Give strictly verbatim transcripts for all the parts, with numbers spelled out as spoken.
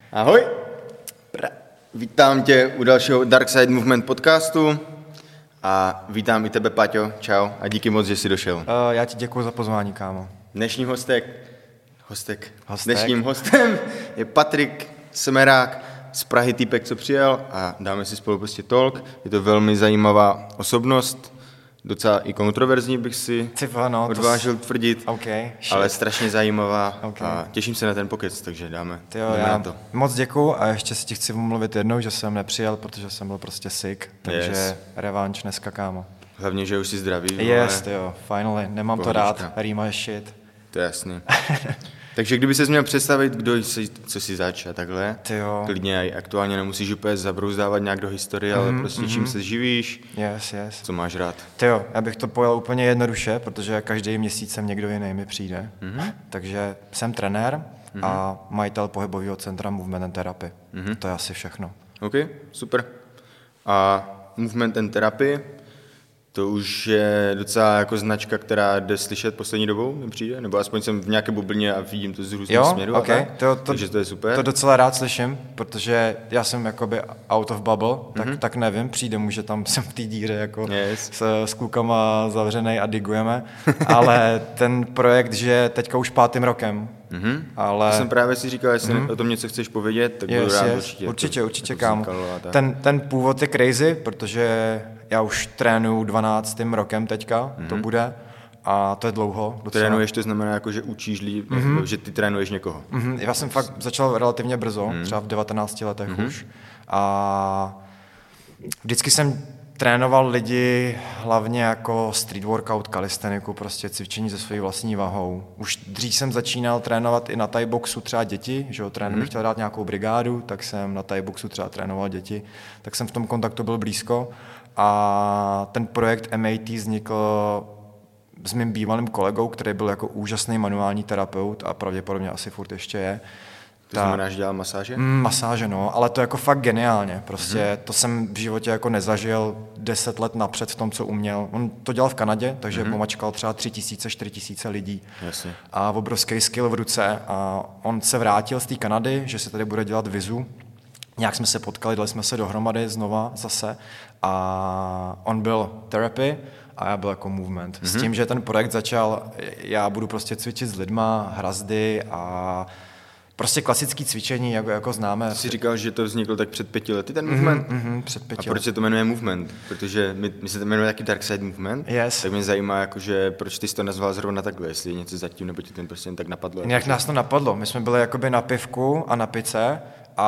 Ahoj, vítám tě u dalšího Dark Side Movement podcastu a vítám i tebe, Paťo, čau a díky moc, že jsi došel. Uh, já ti děkuji za pozvání, kámo. Dnešní hostek, hostek, hostek. Dnešním hostem je Patrik Semerák z Prahy, týpek, co přijel a dáme si spolu prostě talk. Je to velmi zajímavá osobnost, docela i kontroverzní bych si Cipa, no, odvážil to... tvrdit, okay, ale strašně zajímavá okay. A těším se na ten pokec, takže dáme, Tyjo, dáme já na to. Moc děkuju a ještě si ti chci omluvit jednou, že jsem nepřijel, protože jsem byl prostě sick, takže yes. Revanš dneska, kámo. Hlavně, že už jsi zdravý. Yes, jo, finally, nemám Pohodička. to rád, rýma je shit. To je jasný. Takže kdyby ses měl představit, kdo jsi, co jsi zač a takhle, Tyjo. Klidně i aktuálně nemusíš úplně zabrouzdávat nějak do historie, mm, ale prostě mm. čím se živíš, yes, yes. co máš rád. Tyjo, já bych to pojel úplně jednoduše, protože každý měsíc sem někdo jiný mi přijde. Mm-hmm. Takže jsem trenér mm-hmm. a majitel pohybového centra Movement and Therapy. Mm-hmm. To je asi všechno. OK, super. A Movement and Therapy, to už je docela jako značka, která jde slyšet poslední dobou, mi přijde, nebo aspoň jsem v nějaké bublině a vidím to z různých směrů. Okay. To, to, takže to je super. To docela rád slyším, protože já jsem jakoby out of bubble, tak, mm-hmm. tak nevím, přijde mu, že tam jsem v té díře jako yes. s, s klukama zavřenej a digujeme, ale ten projekt, že teďka už pátým rokem, mm-hmm. ale... To jsem právě si říkal, jestli mm-hmm. o tom něco chceš povědět, tak yes, budu rád yes. určitě. Určitě, to, určitě, to kámo. Ten, ten původ je crazy, protože já už trénuju dvanáctým rokem teďka, mm-hmm. to bude, a to je dlouho. Docela. Trénuješ, to znamená, jako, že učíš líp, mm-hmm. že ty trénuješ někoho. Mm-hmm. Já jsem fakt začal relativně brzo, mm-hmm. třeba v devatenácti letech mm-hmm. už. A vždycky jsem trénoval lidi hlavně jako street workout, kalisteniku, prostě cvičení se svojí vlastní vahou. Už dřív jsem začínal trénovat i na thai boxu třeba děti, že jo, trénu mm-hmm. chtěl dát nějakou brigádu, tak jsem na thai boxu třeba trénoval děti, tak jsem v tom kontaktu byl blízko a ten projekt M A T vznikl s mým bývalým kolegou, který byl jako úžasný manuální terapeut a pravděpodobně asi furt ještě je. To Ta, znamená, že dělal masáže? Mm, masáže, no, ale to jako fakt geniálně. Prostě mm-hmm. to jsem v životě jako nezažil deset let napřed v tom, co uměl. On to dělal v Kanadě, takže mm-hmm. pomačkal třeba tři tisíce, čtyři tisíce lidí. Jasně. A obrovský skill v ruce. A on se vrátil z té Kanady, že si tady bude dělat vizu. Nějak jsme se potkali, dali jsme se dohromady znova zase. A on byl therapy a já byl jako movement. Mm-hmm. S tím, že ten projekt začal, já budu prostě cvičit s lidma, hrazdy a prostě klasické cvičení, jako, jako známe. Jsi říkal, že to vzniklo tak před pěti lety, ten movement? Mm-hmm, mm-hmm, před pěti A proč se to jmenuje movement? Protože my, my se to jmenuje taky Dark Side Movement, yes. tak mě zajímá, jakože, proč ty jsi to nazval zrovna takhle, jestli je něco zatím, nebo ti ten prostě jen tak napadlo. Jak nás to napadlo, my jsme byli jakoby na pivku a na pice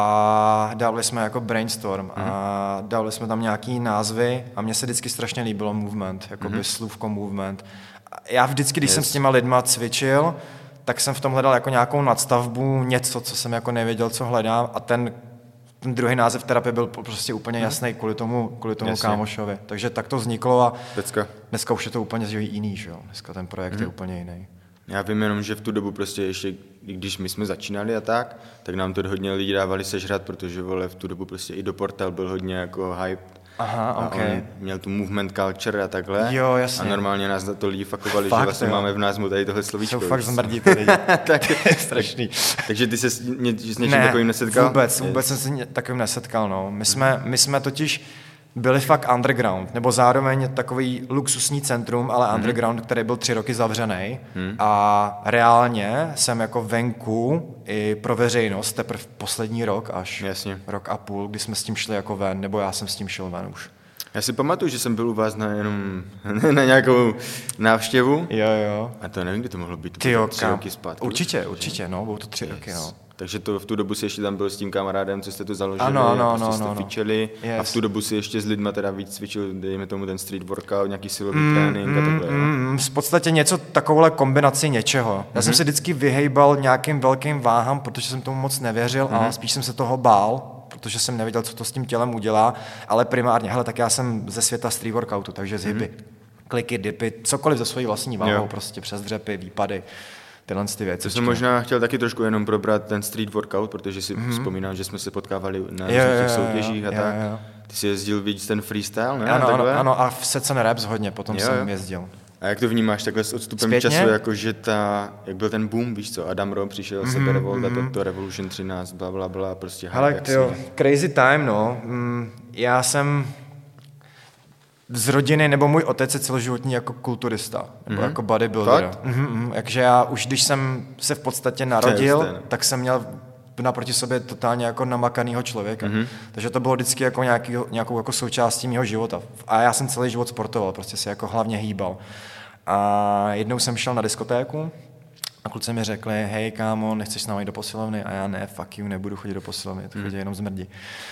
a dávali jsme jako brainstorm mm-hmm. a dávali jsme tam nějaký názvy a mně se vždycky strašně líbilo movement, jakoby mm-hmm. slůvko movement. A já vždycky, když yes. jsem s těma lidma cvičil, tak jsem v tom hledal jako nějakou nadstavbu, něco, co jsem jako nevěděl, co hledám a ten, ten druhý název terapie byl prostě úplně jasný kvůli tomu, kvůli tomu kámošovi. Takže tak to vzniklo a Dneska, dneska už je to úplně jiný, že jo? Dneska ten projekt hmm. je úplně jiný. Já vím jenom, že v tu dobu prostě ještě, když my jsme začínali a tak, tak nám to hodně lidi dávali sežrat, protože vole, v tu dobu prostě i do Portal byl hodně jako hype. Aha, a okay. on měl tu movement culture a takhle. Jo, jasně. A normálně nás na to lidi fakovali, fakt, že vlastně jo. máme v názvu tady tohle slovíčko. Jsou fakt zmrdí ty lidi. Tak to je strašný. Takže ty se s, ně, s něčím ne, takovým nesetkal? vůbec, vůbec jsem se takovým nesetkal. No. My, jsme, my jsme totiž byli fakt underground, nebo zároveň takový luxusní centrum, ale underground, mm. který byl tři roky zavřený. Mm. A reálně jsem jako venku i pro veřejnost teprve poslední rok až Jasně. rok a půl, kdy jsme s tím šli jako ven, nebo já jsem s tím šel ven už. Já si pamatuju, že jsem byl u vás na jenom na nějakou návštěvu. Jo, jo. A to nevím, kdy to mohlo být. Ty jo, tři roky zpátky. Určitě, určitě, no, bylo to tři yes. roky, no. Takže to v tu dobu si ještě tam byl s tím kamarádem, co jste to založili, ano, ano, prostě ano, jste ano. fičeli Yes. a v tu dobu si ještě s lidma teda víc cvičil, dejme tomu ten street workout, nějaký silový mm, trénink mm, a takhle. Mm, v podstatě něco takovouhle kombinaci něčeho. Já mm-hmm. jsem se vždycky vyhejbal nějakým velkým váhám, protože jsem tomu moc nevěřil mm-hmm. a spíš jsem se toho bál, protože jsem nevěděl, co to s tím tělem udělá, ale primárně, hele, tak já jsem ze světa street workoutu, takže z hyby, mm-hmm. kliky, dipy, cokoliv ze svojí vlastní váhou, jo. prostě přes dřepy, výpady. Tyhle ty věci. To jsem možná chtěl taky trošku jenom probrat ten street workout, protože si mm-hmm. vzpomínám, že jsme se potkávali na jo, různých jo, soutěžích a jo, tak. Jo. Ty jsi jezdil víc ten freestyle, ne? Ano, ano, ano, a v Sets and Raps hodně potom jo, jsem jo. jezdil. A jak to vnímáš takhle s odstupem Zpětně? času, jako že ta, jak byl ten boom, víš co, Adam Rowe přišel, mm-hmm, Sebe Revolt, mm-hmm. to, to Revolution třináct, bla, bla, bla, prostě. Hele, tyjo, crazy time, no. Mm, já jsem z rodiny, nebo můj otec je celoživotní jako kulturista, nebo mm-hmm. jako bodybuilder. Mm-hmm, takže já už, když jsem se v podstatě narodil, jasný, tak jsem měl naproti sobě totálně jako namakanýho člověka. Mm-hmm. Takže to bylo vždycky jako nějaký, nějakou jako součástí mého života. A já jsem celý život sportoval, prostě se jako hlavně hýbal. A jednou jsem šel na diskotéku a kluci mi řekli, hej kámo, nechceš s námi jít do posilovny? A já ne, fuck you, nebudu chodit do posilovny, to chodí jenom zmrdí.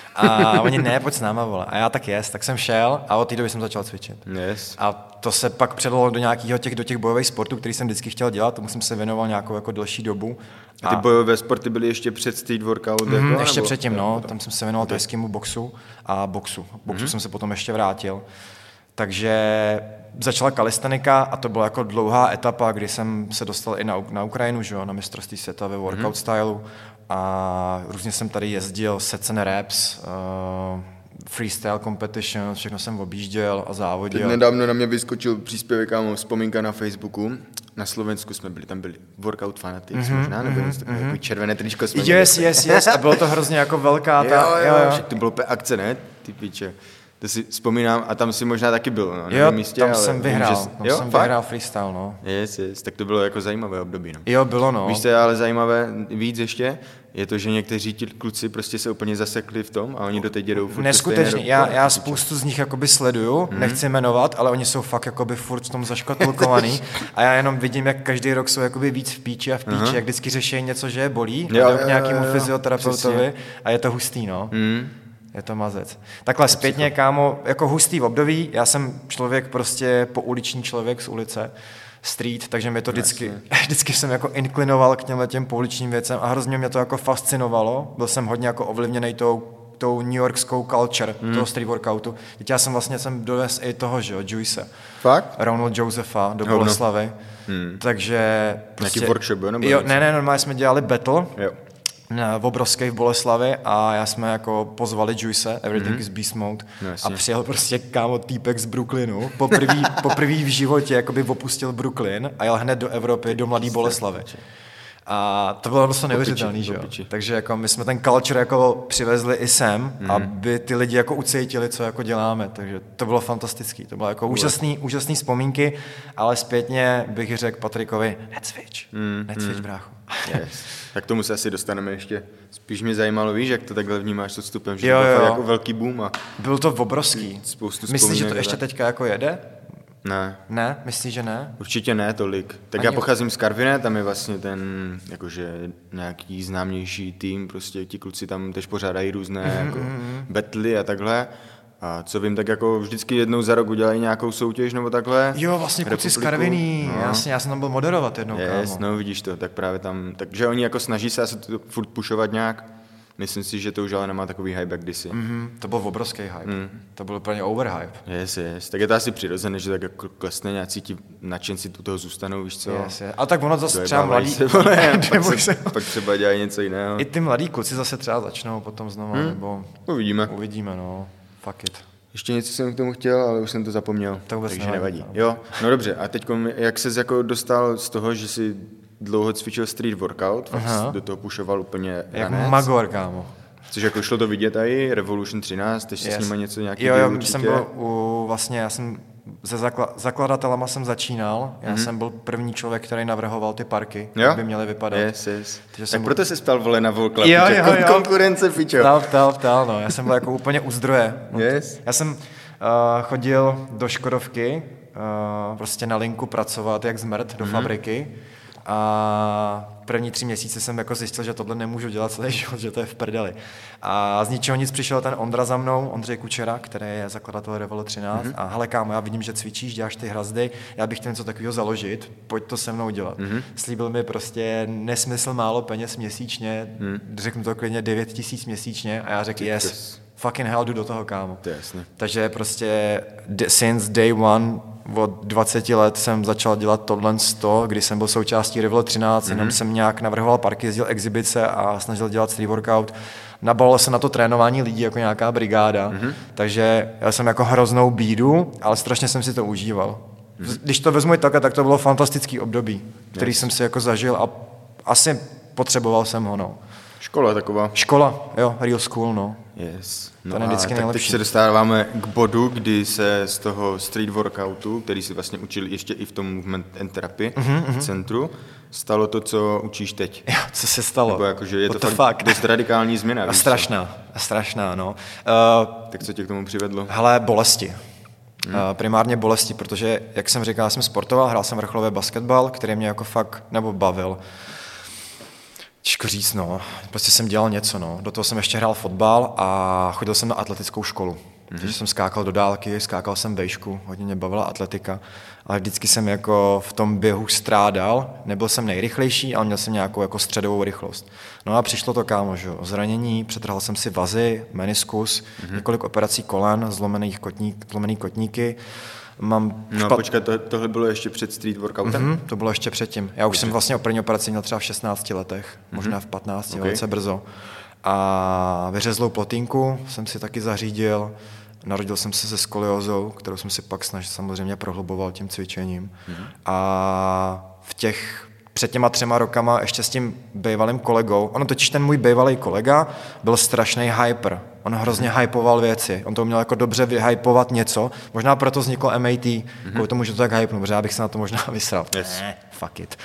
A oni ne, pojď s náma, vole. A já tak jest, tak jsem šel a od té doby jsem začal cvičit. Yes. A to se pak předalo do nějakého těch, do těch bojových sportů, který jsem vždycky chtěl dělat, tomu jsem se věnoval nějakou jako delší dobu. A ty bojové sporty byly ještě před street workout? Mm, jako, ještě nebo? předtím, no, tam jsem se věnoval okay. tajskému boxu a boxu. Boxu mm-hmm. jsem se potom ještě vrátil. Takže začala kalistenika a to byla jako dlouhá etapa, kdy jsem se dostal i na, na Ukrajinu, že jo, na mistrovství světa ve workout mm-hmm. stylu a různě jsem tady jezdil, sets and reps, uh, freestyle competition, všechno jsem objížděl a závodil. Teď nedávno na mě vyskočil příspěvek, kámo, vzpomínka na Facebooku. Na Slovensku jsme byli, tam byli workout fanatics mm-hmm, možná, nebo něco takového, mm-hmm. červené tričko jsme Yes, měli. yes, yes, a bylo to hrozně jako velká ta... Jo, jo, jo, jo. To bylo akce, ne, ty piče. To si vzpomínám, a tam si možná taky byl, no, na jo, místě, tam ale jsem vyhrál, vím, že... tam jo, jsem fakt? vyhrál freestyle, no. Yes, yes, tak to bylo jako zajímavé období, no. Jo, bylo, no. Víš, co je ale zajímavé víc ještě, je to, že někteří ti kluci prostě se úplně zasekli v tom a oni doteď jedou furt. Neskutečně, já, já spoustu z nich jakoby sleduju, hmm. nechci jmenovat, ale oni jsou fakt jakoby furt v tom zaškatulkovaný a já jenom vidím, jak každý rok jsou jakoby víc v píči a v píči, uh-huh. jak vždycky řeší něco, že je bolí, jo, a jdou k nějakému fyzioterapeutovi a je to hustý, no. Hmm. Je to mazec. Takhle zpětně, kámo, jako hustý v období, já jsem člověk prostě pouliční člověk z ulice, street, takže mi to vždycky, vždycky jsem jako inklinoval k těmhle těm pouličním věcem a hrozně mě to jako fascinovalo. Byl jsem hodně jako ovlivněný tou, tou New Yorkskou culture, hmm. toho street workoutu. Teď já jsem vlastně jsem dovez i toho, že jo, Juice. Fakt? Ronald Josepha do Boleslavy. Hmm. Takže prostě... Nějaký workshop, jo? jo ne, ne, normálně jsme dělali battle. Jo. V obrovské v Boleslavi a já jsme jako pozvali Juice, Everything mm-hmm. is Beast Mode no, a přijel prostě kámo týpek z Brooklynu, poprvý, poprvý v životě jakoby opustil Brooklyn a jel hned do Evropy, do mladý Boleslavy. A to bylo prostě neuvěřitelný, že jo. Takže jako my jsme ten culture jako přivezli i sem, mm. aby ty lidi jako ucítili, co jako děláme, takže to bylo fantastický, to bylo jako úžasný, úžasný vzpomínky, ale zpětně bych řekl Patrikovi, necvič, mm. necvič, mm. brácho. Yes. Tak tomu se asi dostaneme ještě. Spíš mě zajímalo, víš, jak to takhle vnímáš s odstupem, že jo, to bylo jako velký boom a... Byl to obrovský. Myslíš, že to ještě tak? teďka jako jede? Ne. Ne? Myslíš, že ne? Určitě ne tolik. Tak Ani... já pocházím z Karviné, tam je vlastně ten, jakože nějaký známější tým, prostě ti kluci tam tež pořádají různé mm-hmm. jako battly a takhle. A co vím, tak jako vždycky jednou za rok udělají nějakou soutěž nebo takhle. Jo, vlastně kluci z Karviní, no. Jasně, já jsem tam byl moderovat jednou, yes, kámo. No vidíš to, tak právě tam, takže oni jako snaží se asi to furt pušovat nějak. Myslím si, že to už ale nemá takový hype, jak kdysi. Mm-hmm, to byl obrovský hype. Mm. To byl úplně overhype. Yes, yes. Tak je to asi přirozené, že tak jako klesne nějací ti nadšenci tu toho zůstanou, víš co? Yes, yes. A tak ono zase třeba mladí... Se, vole, pak, se, pak třeba dělají něco jiného. I ty mladí kluci zase třeba začnou potom znovu, hmm. nebo... Uvidíme. Uvidíme, no. Fuck it. Ještě něco jsem k tomu chtěl, ale už jsem to zapomněl, to takže nevadí. nevadí. Jo, no dobře, a teď jak ses jako dostal z toho, že jsi dlouho cvičil street workout, fakt do toho pušoval úplně jak ranec. Magor, kámo. Což jako šlo to vidět i Revolution třináct, teď yes. s nimi něco nějaký Jo, jo, jsem byl u, vlastně, já jsem se zakla, zakladatelama jsem začínal, já mm-hmm. jsem byl první člověk, který navrhoval ty parky, jak by měly vypadat. Yes, yes. Takže tak byl... proto se ptal, vole, na Volclub, jo, jo, Kon- jo. konkurence, pičo. Ptal, ptal, ptal, no, já jsem byl jako úplně u zdroje. Yes. Já jsem uh, chodil do Škodovky, uh, prostě na linku pracovat jak zmrt do mm-hmm. fabriky a první tři měsíce jsem jako zjistil, že tohle nemůžu dělat celý život, že to je v prdeli. A z ničeho nic přišel ten Ondra za mnou, Ondřej Kučera, který je zakladatel Revolu třináct mm-hmm. a hele kámo, já vidím, že cvičíš, děláš ty hrazdy, já bych chtěl něco takového založit, pojď to se mnou dělat. Mm-hmm. Slíbil mi prostě nesmysl málo peněz měsíčně, mm. řeknu to klidně devět tisíc měsíčně a já řekl yes, yes, fucking hell, jdu do toho, kámo. To je jasný. Takže prostě since day one od dvaceti let jsem začal dělat tohle sto, kdy jsem byl součástí Revolu třináct, mm-hmm. jenom jsem nějak navrhoval parky, jezdil exibice a snažil dělat street workout. Nabalilo se na to trénování lidí jako nějaká brigáda, mm-hmm. takže já jsem jako hroznou bídu, ale strašně jsem si to užíval. Mm-hmm. Když to vezmu i takhle, tak to bylo fantastický období, který yes. jsem si jako zažil a asi potřeboval jsem ho, no. Škola taková. Škola, jo, real school, no. Yes. No to je vždycky tak teď se dostáváme k bodu, kdy se z toho street workoutu, který si vlastně učil ještě i v tom movement and therapy mm-hmm. centru, stalo to, co učíš teď. Jo, co se stalo? Nebo jakože je What to fakt, fakt dost radikální změna. A strašná, a strašná, no. Uh, tak co tě k tomu přivedlo? Hele, bolesti. Hmm. Uh, primárně bolesti, protože, jak jsem říkal, já jsem sportoval, hrál jsem vrcholový basketbal, který mě jako fakt, nebo bavil. Těžko říct, no. Prostě jsem dělal něco, no. Do toho jsem ještě hrál fotbal a chodil jsem na atletickou školu. Mm-hmm. Takže jsem skákal do dálky, skákal jsem vejšku, hodně mě bavila atletika, ale vždycky jsem jako v tom běhu strádal, nebyl jsem nejrychlejší, ale měl jsem nějakou jako středovou rychlost. No a přišlo to, kámo, že zranění, přetrhal jsem si vazy, meniskus, mm-hmm. několik operací kolen, zlomených kotník, zlomený kotníky. Mám no špat... počkat, to, tohle bylo ještě před street workoutem? Mm-hmm, to bylo ještě předtím. Já už okay. jsem vlastně o první operaci měl třeba v šestnácti letech, mm-hmm. možná v patnácti, okay. velice brzo. A vyřezlou plotínku jsem si taky zařídil. Narodil jsem se se skoliózou, kterou jsem si pak snažil samozřejmě prohluboval tím cvičením. Mm-hmm. A v těch před těma třema rokama ještě s tím bývalým kolegou, ono totiž ten můj bývalý kolega byl strašný hyper. On hrozně hypoval věci. On to měl jako dobře vyhypovat něco. Možná proto vzniklo M A T. Mm-hmm. Kvůli tomu, že to tak hypnu, protože já bych se na to možná vysral. Yes. Ne, fuck it.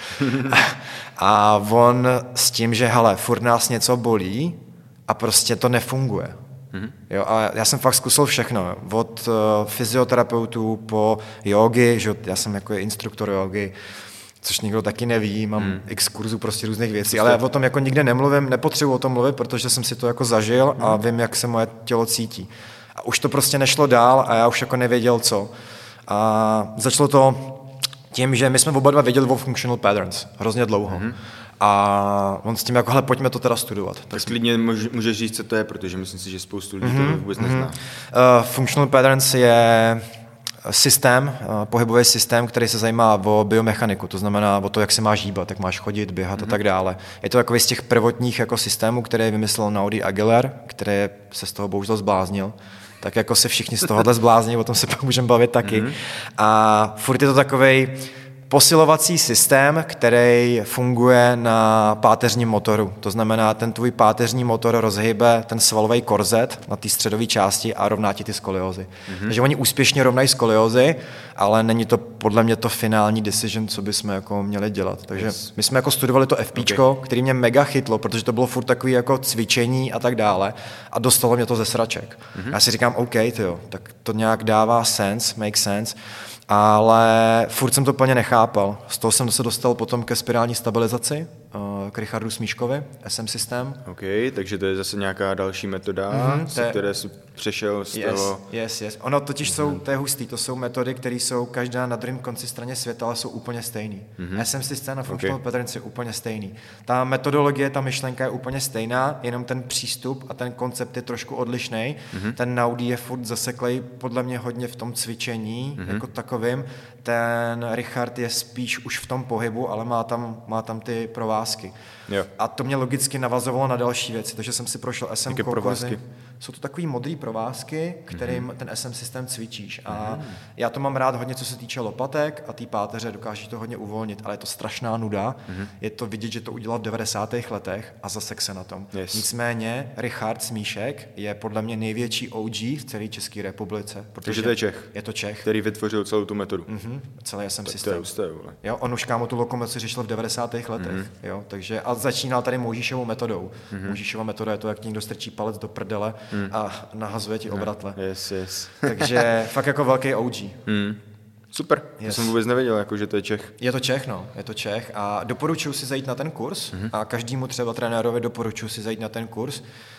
A on s tím, že hele, furt nás něco bolí a prostě to nefunguje. Mm-hmm. Jo, a já jsem fakt zkusil všechno. Od uh, fyzioterapeutů po jogi, že já jsem jako instruktor jogi, což nikdo taky neví, mám hmm. x kurzů prostě různých věcí, ale já o tom jako nikde nemluvím, nepotřebuji o tom mluvit, protože jsem si to jako zažil hmm. a vím, jak se moje tělo cítí. A už to prostě nešlo dál a já už jako nevěděl co. A začalo to tím, že my jsme oba dva věděli o functional patterns hrozně dlouho. Hmm. A on s tím jako, hele, pojďme to teda studovat. Tak, tak klidně můžeš říct, co to je, protože myslím si, že spoustu lidí mm-hmm. to vůbec nezná. Uh, functional patterns je systém, pohybový systém, který se zajímá o biomechaniku, to znamená o to, jak se máš hýbat, jak máš chodit, běhat mm-hmm. a tak dále. Je to takový z těch prvotních jako systémů, které vymyslel Naudi Aguilar, který se z toho bohužel zbláznil. Tak jako se všichni z tohohle zblázní, o tom se pak můžeme bavit taky. Mm-hmm. A furt je to takovej posilovací systém, který funguje na páteřním motoru. To znamená, ten tvůj páteřní motor rozhýbe ten svalový korzet na té středové části a rovná ti ty skoliózy. Mm-hmm. Takže oni úspěšně rovnají skoliózy, ale není to podle mě to finální decision, co bychom jako měli dělat. Takže yes. my jsme jako studovali to FPčko, okay. který mě mega chytlo, protože to bylo furt takový jako cvičení a tak dále a dostalo mě to ze sraček. Mm-hmm. Já si říkám, OK, tyjo, tak to nějak dává sense, make sense. Ale furt jsem to plně nechápal. Z toho jsem se dostal potom ke spirální stabilizaci, k Richardu Smíškovi, S M systém. OK, takže to je zase nějaká další metoda, mm-hmm, z které jsi přešel z yes, toho... Yes, yes. Ono totiž mm-hmm. jsou, to je hustý, to jsou metody, které jsou každá na druhém konci straně světa, ale jsou úplně stejný. Mm-hmm. S M systém a functional okay. patterns je úplně stejný. Ta metodologie, ta myšlenka je úplně stejná, jenom ten přístup a ten koncept je trošku odlišný. Mm-hmm. Ten Naudi je furt zaseklej podle mě hodně v tom cvičení, mm-hmm. jako takovým. Ten Richard je spíš už v tom pohybu, ale má tam, má tam ty provázky. Jo. A to mě logicky navazovalo na další věci, takže jsem si prošel S M. Jaké provázky? Jsou to takový modrý provázky, kterým mm-hmm. ten S M systém cvičíš. A mm-hmm. já to mám rád hodně, co se týče lopatek a té páteře, dokáží to hodně uvolnit, ale je to strašná nuda. Mm-hmm. Je to vidět, že to udělal v devadesátých letech a zasek se na tom. Yes. Nicméně Richard Smíšek je podle mě největší O G v celé České republice. Takže to je Čech. Je to Čech. Který vytvořil celou tu metodu. Mm-hmm. Celý S M to, systém. To je usté, jo, on už kámo tu lokomoci řešil v devadesátých letech. Mm-hmm. Jo, takže a začínal tady Mojžíšovou metodou. Mm-hmm. Mojžíšova metoda je to, jak někdo strčí palec do prdele mm. a nahazuje ti obratle. Yes, yes. Takže fakt jako velký O G. Mm. Super, yes. To jsem vůbec nevěděl, jako, že to je Čech. Je to Čech, no, je to Čech a doporučuji si zajít na ten kurz mm-hmm. a každému třeba trenérovi doporučuji si zajít na ten kurz.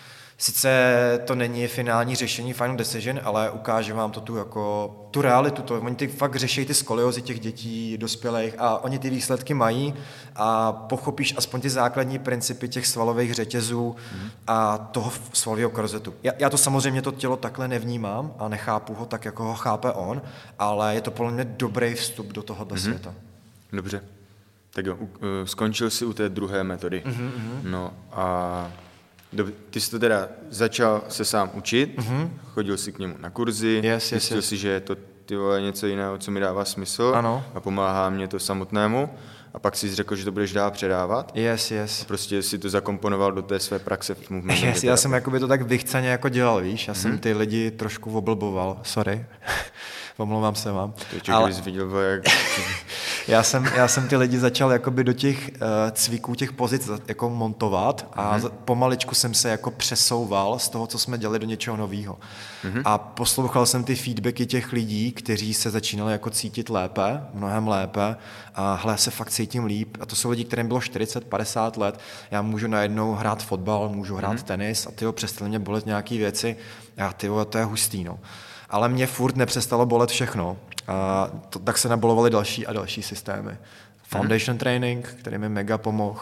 Sice to není finální řešení, final decision, ale ukáže vám to tu, jako, tu realitu. To. Oni ty fakt řeší ty skoliozy těch dětí, dospělých a oni ty výsledky mají a pochopíš aspoň ty základní principy těch svalových řetězů mm. a toho svalového korzetu. Já, já to samozřejmě to tělo takhle nevnímám a nechápu ho tak, jako ho chápe on, ale je to podle mě dobrý vstup do tohohle mm. světa. Dobře. Tak jo, skončil jsi u té druhé metody. Mm-hmm. No a... Ty jsi to teda začal se sám učit, mm-hmm. chodil jsi k němu na kurzy, yes, zjistil yes, si, že je to ty vole něco jiného, co mi dává smysl ano. a pomáhá mě to samotnému. A pak si řekl, že to budeš dál předávat. Yes, yes. A prostě si to zakomponoval do té své praxe v movement. Yes, já jsem jakoby to tak vychceně jako dělal, víš, já mm-hmm. jsem ty lidi trošku oblboval, sorry, omlouvám se vám. To ale... viděl, jak... já, jsem, já jsem ty lidi začal jakoby do těch uh, cviků, těch pozic jako montovat a mm-hmm. pomaličku jsem se jako přesouval z toho, co jsme dělali, do něčeho nového. Mm-hmm. A poslouchal jsem ty feedbacky těch lidí, kteří se začínali jako cítit lépe, mnohem lépe a hle, se fakt cítím líp. A to jsou lidi, kterým bylo čtyřicet padesát let. Já můžu najednou hrát fotbal, můžu hrát mm-hmm. tenis a tyjo, přestaly mě bolet nějaký věci. A tyjo, to je hustý, no. Ale mě furt nepřestalo bolet všechno. A to, tak se nabolovaly další a další systémy. Foundation mm-hmm. training, který mi mega pomohl.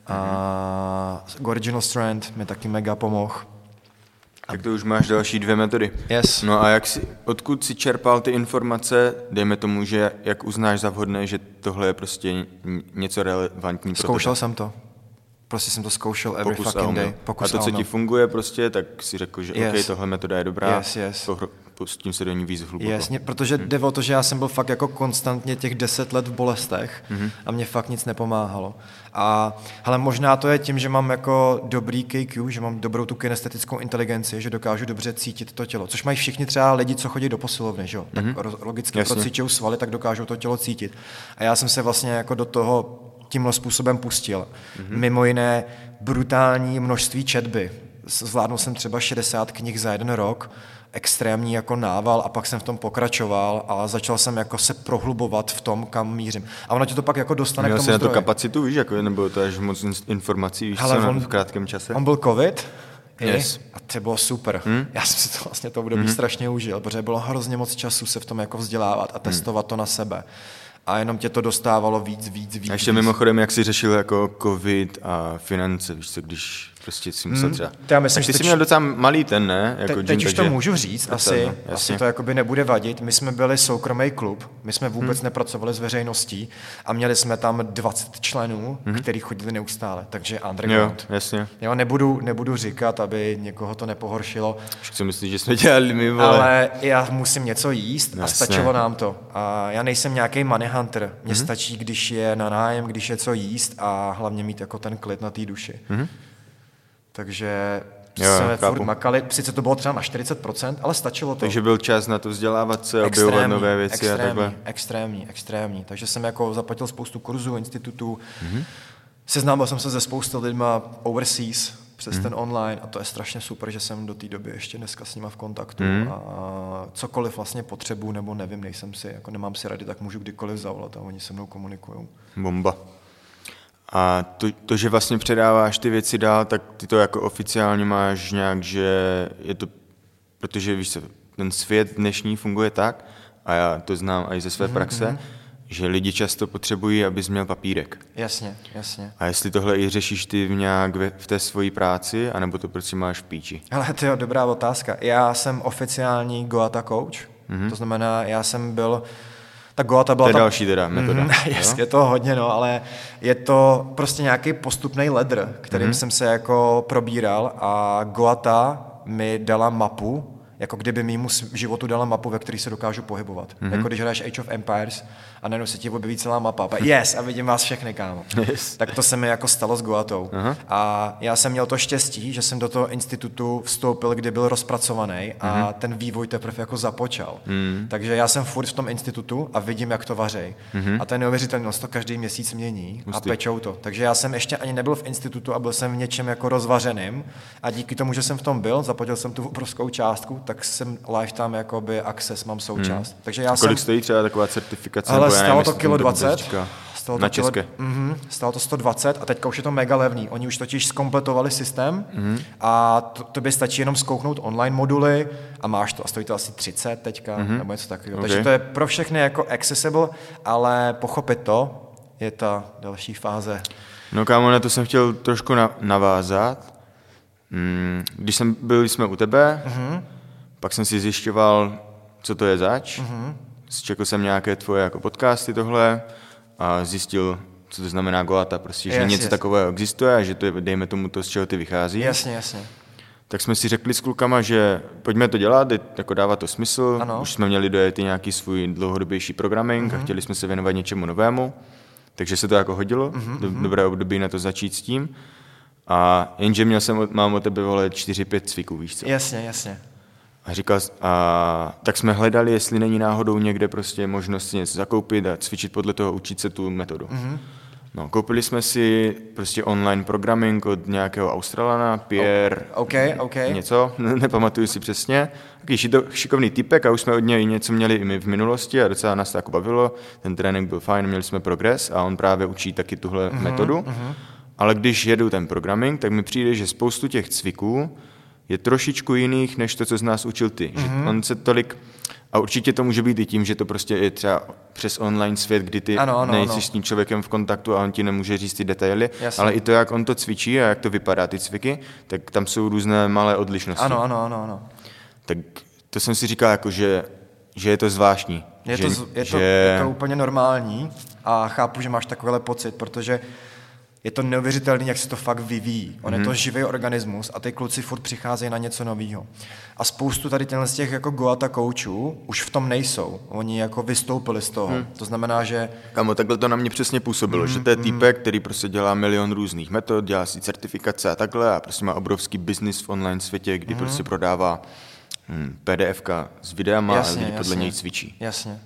Mm-hmm. Original Strength mi taky mega pomohl. Tak to už máš další dvě metody. Yes. No a jak jsi, odkud jsi čerpal ty informace, dejme tomu, že jak uznáš za vhodné, že tohle je prostě něco relevantní pro tebe? Zkoušel jsem to. Prostě jsem to zkoušel every Pokus fucking day. Pokus a to, co ti funguje prostě, tak si řekl, že yes. OK, tohle metoda je dobrá, yes, yes. pustím se do ní víc hluboko. Jasně, protože hmm. jde o to, že já jsem byl fakt jako konstantně těch deset let v bolestech hmm. a mě fakt nic nepomáhalo. A hele, možná to je tím, že mám jako dobrý K Q, že mám dobrou tu kinestetickou inteligenci, že dokážu dobře cítit to tělo, což mají všichni třeba lidi, co chodí do posilovny, že jo? Tak hmm. logicky procvičují svaly, tak dokážou to tělo cítit. A já jsem se vlastně jako do toho tímhle způsobem pustil. Mm-hmm. Mimo jiné brutální množství četby. Zvládnul jsem třeba šedesát knih za jeden rok, extrémní jako nával a pak jsem v tom pokračoval a začal jsem jako se prohlubovat v tom, kam mířím. A ono tě to pak jako dostane Měl k tomu jsi na zdroji. to kapacitu, víš, jako, nebo to až moc informací, víš, hele, co on, v krátkém čase? On byl covid yes. a to bylo super. Hmm? Já jsem si to vlastně to období hmm. strašně užil, protože bylo hrozně moc času se v tom jako vzdělávat a testovat hmm. to na sebe. A jenom tě to dostávalo víc, víc, víc. A ještě víc. mimochodem, jak jsi řešil jako covid a finance, víš co, když prostě si musel třeba... Hmm, já myslím, tak ty jsi teď, měl docela malý ten, ne? Jako te, gym, teď už takže... to můžu říct, asi, no, asi to jakoby nebude vadit. My jsme byli soukromý klub, my jsme vůbec hmm. nepracovali s veřejností a měli jsme tam dvacet členů, hmm. kteří chodili neustále, takže underground. Jo, jasně. Jo, nebudu, nebudu říkat, aby někoho to nepohoršilo. Co myslíš, že jsme dělali my, vole? Ale já musím něco jíst jasně. a stačilo nám to. A já nejsem nějaký money hunter, mně hmm. stačí, když je na nájem, když je co jíst a hlavně mít jako ten klid na té duši. Hmm. Takže jo, jsme chápu. Furt makali, sice to bylo třeba na čtyřicet procent, ale stačilo to. Takže byl čas na to vzdělávat se, objevovat nové věci extrémní, a takhle. Extrémní, extrémní. Takže jsem jako zaplatil spoustu kurzů, institutů, mm-hmm. seznámil jsem se se spoustou lidma overseas přes mm-hmm. ten online a to je strašně super, že jsem do té doby ještě dneska s nima v kontaktu mm-hmm. a cokoliv vlastně potřebuju nebo nevím, nejsem si, jako nemám si rady, tak můžu kdykoliv zavolat a oni se mnou komunikujou. Bomba. A to, to, že vlastně předáváš ty věci dál, tak ty to jako oficiálně máš nějak, že je to, protože víš co, ten svět dnešní funguje tak, a já to znám i ze své mm-hmm. praxe, že lidi často potřebují, abys měl papírek. Jasně, jasně. A jestli tohle i řešíš ty v nějak ve, v té svojí práci, anebo to prostě máš v píči? Ale to je dobrá otázka. Já jsem oficiální Goata coach, mm-hmm. to znamená, já jsem byl... Ta Goata byla to je tam... další teda metoda. Mm, jest, je to hodně, no, ale je to prostě nějaký postupný ladder, kterým mm-hmm. jsem se jako probíral a Goata mi dala mapu, jako kdyby mýmu životu dala mapu, ve které se dokážu pohybovat. Mm-hmm. Jako když hraješ Age of Empires a najednou se ti objeví celá mapa. Yes, a vidím vás všechny, kámo. Yes. Tak to se mi jako stalo s Goatou. Uh-huh. A já jsem měl to štěstí, že jsem do toho institutu vstoupil, kdy byl rozpracovaný a uh-huh. ten vývoj teprve jako započal. Uh-huh. Takže já jsem furt v tom institutu a vidím, jak to vařej. Uh-huh. A to je neuvěřitelné, to každý měsíc mění Hustý. A pečou to. Takže já jsem ještě ani nebyl v institutu a byl jsem v něčem jako rozvařeným a díky tomu, že jsem v tom byl, zaplatil jsem tu obrovskou částku, tak jsem lifetime jakoby access, mám součást. Hmm. Takže já kolik jsem... stojí třeba taková certifikace? Ale stalo to kilo dvacet. Stalo na to české. Kilo, mm, stalo to sto dvacet a teďka už je to mega levný. Oni už totiž zkompletovali systém mm. a to, tobě stačí jenom zkouknout online moduly a máš to. A stojí to asi třicet teďka, mm. nebo něco takového. Okay. Takže to je pro všechny jako accessible, ale pochopit to je ta další fáze. No kámo, na to jsem chtěl trošku na, navázat. Když jsem byl, jsme u tebe, mm. pak jsem si zjišťoval, co to je zač. Mm-hmm. Čekal jsem nějaké tvoje jako podcasty tohle a zjistil, co to znamená Goata, prostě, že yes, něco yes. takového existuje a že to je, dejme tomu to, z čeho ty vychází. Jasně, jasně. tak jsme si řekli s klukama, že pojďme to dělat, jako dává to smysl, ano. Už jsme měli dojet i nějaký svůj dlouhodobější programming mm-hmm. a chtěli jsme se věnovat něčemu novému, takže se to jako hodilo, mm-hmm. dobré období na to začít s tím. A jenže měl jsem, mám o tebe, vole, čtyři pět cviků, víš co? Jasně, jasně. A říkal, a tak jsme hledali, jestli není náhodou někde prostě možnost si něco zakoupit a cvičit podle toho, učit se tu metodu. Mm-hmm. No, koupili jsme si prostě online programming od nějakého Australana, Pierre, okay, okay. něco, nepamatuju si přesně. Takový šikovný typek a už jsme od něj něco měli i my v minulosti a docela nás to jako bavilo. Ten trénink byl fajn, měli jsme progres a on právě učí taky tuhle mm-hmm, metodu. Mm-hmm. Ale když jedu ten programming, tak mi přijde, že spoustu těch cviků je trošičku jiných, než to, co z nás učil ty. Mm-hmm. Že on se tolik... A určitě to může být i tím, že to prostě je třeba přes online svět, kdy ty ano, ano, nejsi ano. s tím člověkem v kontaktu a on ti nemůže říct ty detaily, jasně. Ale i to, jak on to cvičí a jak to vypadá, ty cviky, tak tam jsou různé malé odlišnosti. Ano, ano, ano. ano. Tak to jsem si říkal, jako, že, že je to zvláštní. Je, že, to, je, že... to, je to úplně normální a chápu, že máš takovýhle pocit, protože je to neuvěřitelné, jak se to fakt vyvíjí. On mm. je to živý organismus a ty kluci furt přicházejí na něco nového. A spoustu tady těchto z těch jako Goata koučů už v tom nejsou. Oni jako vystoupili z toho. Mm. To znamená, že... Kamo, takhle to na mě přesně působilo, mm, že to je týpek, který prostě dělá milion různých metod, dělá si certifikace a takhle a prostě má obrovský biznis v online světě, kdy mm. prostě prodává hm, P D F ka s videama jasně, a lidi podle něj cvičí. Jasně.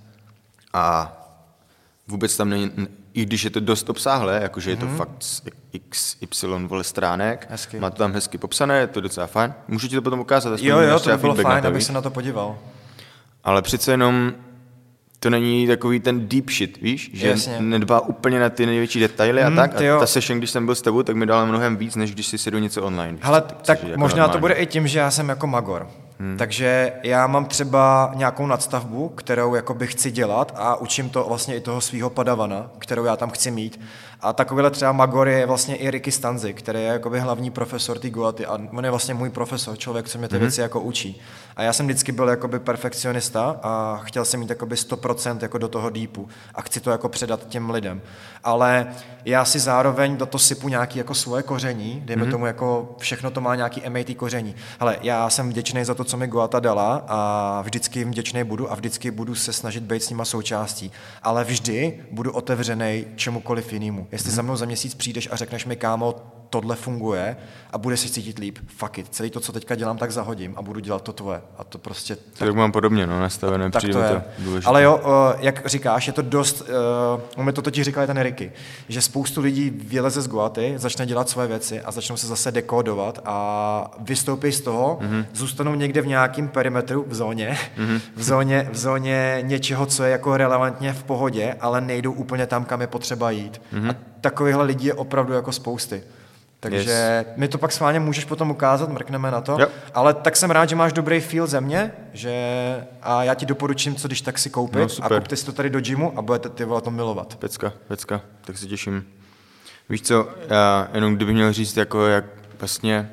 A vůbec tam není... I když je to dost obsáhlé, jakože je to mm. fakt x y vole stránek, hezky. Má to tam hezky popsané, je to docela fajn. Můžu ti to potom ukázat? Jo, jo, to by bylo fajn, abych se na to podíval. Ale přece jenom to není takový ten deep shit, víš? Že jasně. Nedbá úplně na ty největší detaily mm, a tak. A ta session, když jsem byl s tebou, tak mi dala mnohem víc, než když si sedu něco online. Hele, tak jako možná normální. To bude i tím, že já jsem jako magor. Hmm. Takže já mám třeba nějakou nadstavbu, kterou jakoby chci dělat a učím to vlastně i toho svého padavana, kterou já tam chci mít. A takovýhle třeba magor je vlastně i Ricky Stanzi, který je jakoby hlavní profesor té Goaty a on je vlastně můj profesor, člověk, co mě ty hmm. věci jako učí. A já jsem vždycky byl jakoby perfekcionista a chtěl jsem mít jakoby sto procent jako do toho deepu a chci to jako předat těm lidem. Ale já si zároveň do toho sypu nějaký jako svoje koření, dejme hmm. tomu jako všechno to má nějaký M A T koření. Hele, já jsem vděčný za to, co mi Goata dala a vždycky jim vděčný budu a vždycky budu se snažit být s nima součástí. Ale vždy budu otevřenej čemukoliv jinému. Jestli hmm. za mnou za měsíc přijdeš a řekneš mi, kámo, tohle funguje a bude si cítit líp, fuck it. Celý to, co teďka dělám, tak zahodím a budu dělat to tvoje. A to prostě... Tak, tak mám podobně, no, nastavené, tak přijde to, to důležité. Ale jo, jak říkáš, je to dost, uh, mi to totiž říkal ten Ricky, že spoustu lidí vyleze z Goaty, začne dělat svoje věci a začnou se zase dekódovat a vystoupí z toho, mm-hmm. zůstanou někde v nějakém perimetru, v zóně, mm-hmm. v zóně, v zóně něčeho, co je jako relevantně v pohodě, ale nejdou úplně tam, kam je potřeba jít. Mm-hmm. A takovýchhle lidí je opravdu jako spousty. Takže yes. mi to pak schválně můžeš potom ukázat, mrkneme na to. Yep. Ale tak jsem rád, že máš dobrý feel ze mě, že a já ti doporučím, co když tak si koupit no, a kupte si to tady do gymu a budete ty vole to milovat. Pecka, pecka, tak se těším. Víš co, já jenom kdybych měl říct, jako jak vlastně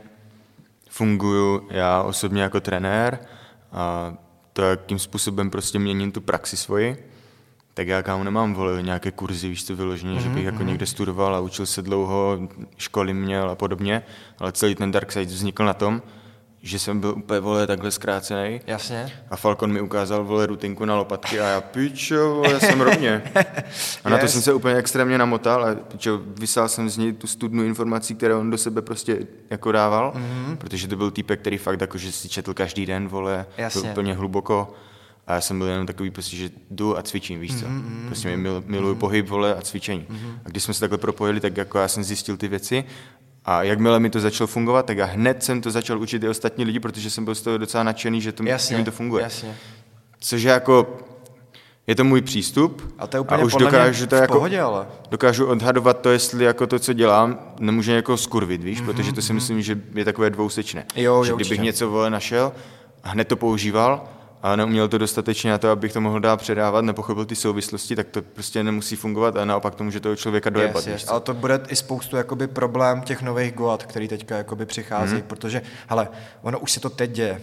funguju já osobně jako trenér a to, jakým způsobem prostě měním tu praxi svoji, tak já kámo nemám, vole, nějaké kurzy, víš co, vyloženě, mm-hmm. že bych jako někde studoval a učil se dlouho, školy měl a podobně, ale celý ten Dark Side vznikl na tom, že jsem byl úplně, vole, takhle zkrácený. Jasně. A Falcon mi ukázal, vole, rutinku na lopatky a já, pičo, vole, jsem rovně. A na yes. to jsem se úplně extrémně namotal a pičo, vysál jsem z něj tu studnu informací, které on do sebe prostě jako dával, mm-hmm. protože to byl týpek, který fakt jako, že si četl každý den, vole, byl úplně hluboko. A já jsem byl jenom takový, prostě, že jdu a cvičím, víš co. Mm-hmm. Prostě mil, miluju mm-hmm. pohyb, vole, a cvičení. Mm-hmm. A když jsme se takhle propojili, tak jako já jsem zjistil ty věci. A jakmile mi to začalo fungovat, tak já hned jsem to začal učit i ostatní lidi, protože jsem byl z toho docela nadšený, že to, jasně, mi to funguje. Jasně. Což je jako, je to můj přístup. A to je úplně a už dokážu to jako, pohodě, ale. dokážu odhadovat to, jestli jako to, co dělám, nemůže jako skurvit, víš, mm-hmm. protože to si myslím, že je takové dvousečné. Jo, že jo, kdybych určitě. něco, vole, našel a hned to používal, a neuměl to dostatečně na to, abych to mohl dál předávat, nepochopil ty souvislosti, tak to prostě nemusí fungovat a naopak to může toho člověka dojebat. Yes, yes. Ale to bude i spoustu jakoby problém těch nových Goat, který teďka jakoby přichází, mm-hmm. protože, hele, ono už se to teď děje.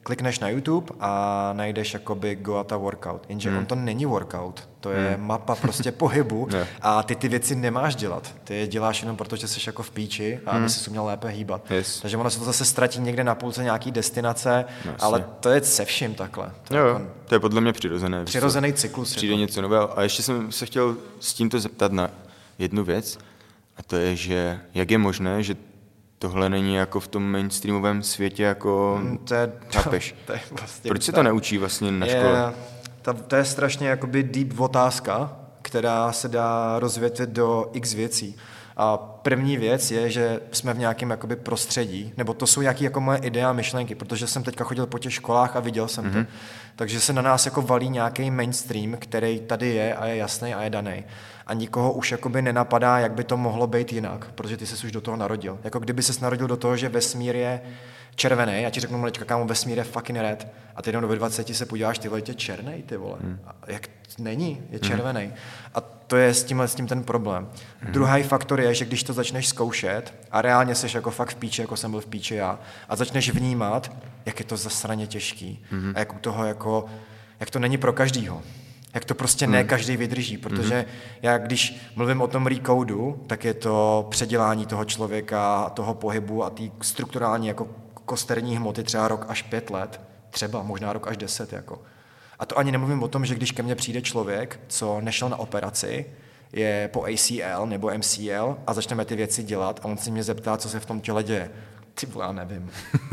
klikneš na YouTube a najdeš jakoby Goata workout, jenže hmm. on to není workout, to je hmm. mapa prostě pohybu a ty ty věci nemáš dělat. Ty je děláš jenom proto, že jsi jako v píči a hmm. aby si uměl lépe hýbat. Yes. Takže ono se to zase ztratí někde na půlce nějaký destinace, Jasně. ale to je se vším takhle. To, jo, jako to je podle mě přirozené. Přirozený cyklus. Přijde něco nového. A ještě jsem se chtěl s tímto zeptat na jednu věc, a to je, že jak je možné, že tohle není jako v tom mainstreamovém světě, jako to je, chápeš. To je vlastně Proč se to neučí vlastně na škole? Je, to, to je strašně jakoby deep otázka, která se dá rozvětvit do x věcí. A první věc je, že jsme v nějakém jakoby prostředí, nebo to jsou nějaké jako moje idea a myšlenky, protože jsem teďka chodil po těch školách a viděl jsem mm-hmm. to. Takže se na nás jako valí nějaký mainstream, který tady je a je jasný a je daný. A nikoho už jakoby nenapadá, jak by to mohlo být jinak, protože ty ses už do toho narodil. Jako kdyby ses narodil do toho, že vesmír je červený, já ti řeknu, malička, kámo, vesmír je fucking red. A ty jenom do dvaceti se podíváš, ty vole, je černej, ty vole. Hmm. A jak není, je červený. Hmm. A to je s tímhle s tím ten problém. Hmm. Druhý faktor je, že když to začneš zkoušet a reálně seš jako fakt v píči, jako jsem byl v píči já, a začneš vnímat, jak je to zasraně těžký. Hmm. A jak u toho jako, jak to není pro každýho. Jak to prostě ne každý vydrží, protože mm-hmm. já když mluvím o tom recodu, tak je to předělání toho člověka, toho pohybu a té strukturální jako kosterní hmoty třeba rok až pět let, třeba možná rok až deset. Jako. A to ani nemluvím o tom, že když ke mně přijde člověk, co nešel na operaci, je po A C L nebo M C L a začneme ty věci dělat a on se mě zeptá, co se v tom těle děje. Ty vole, já nevím.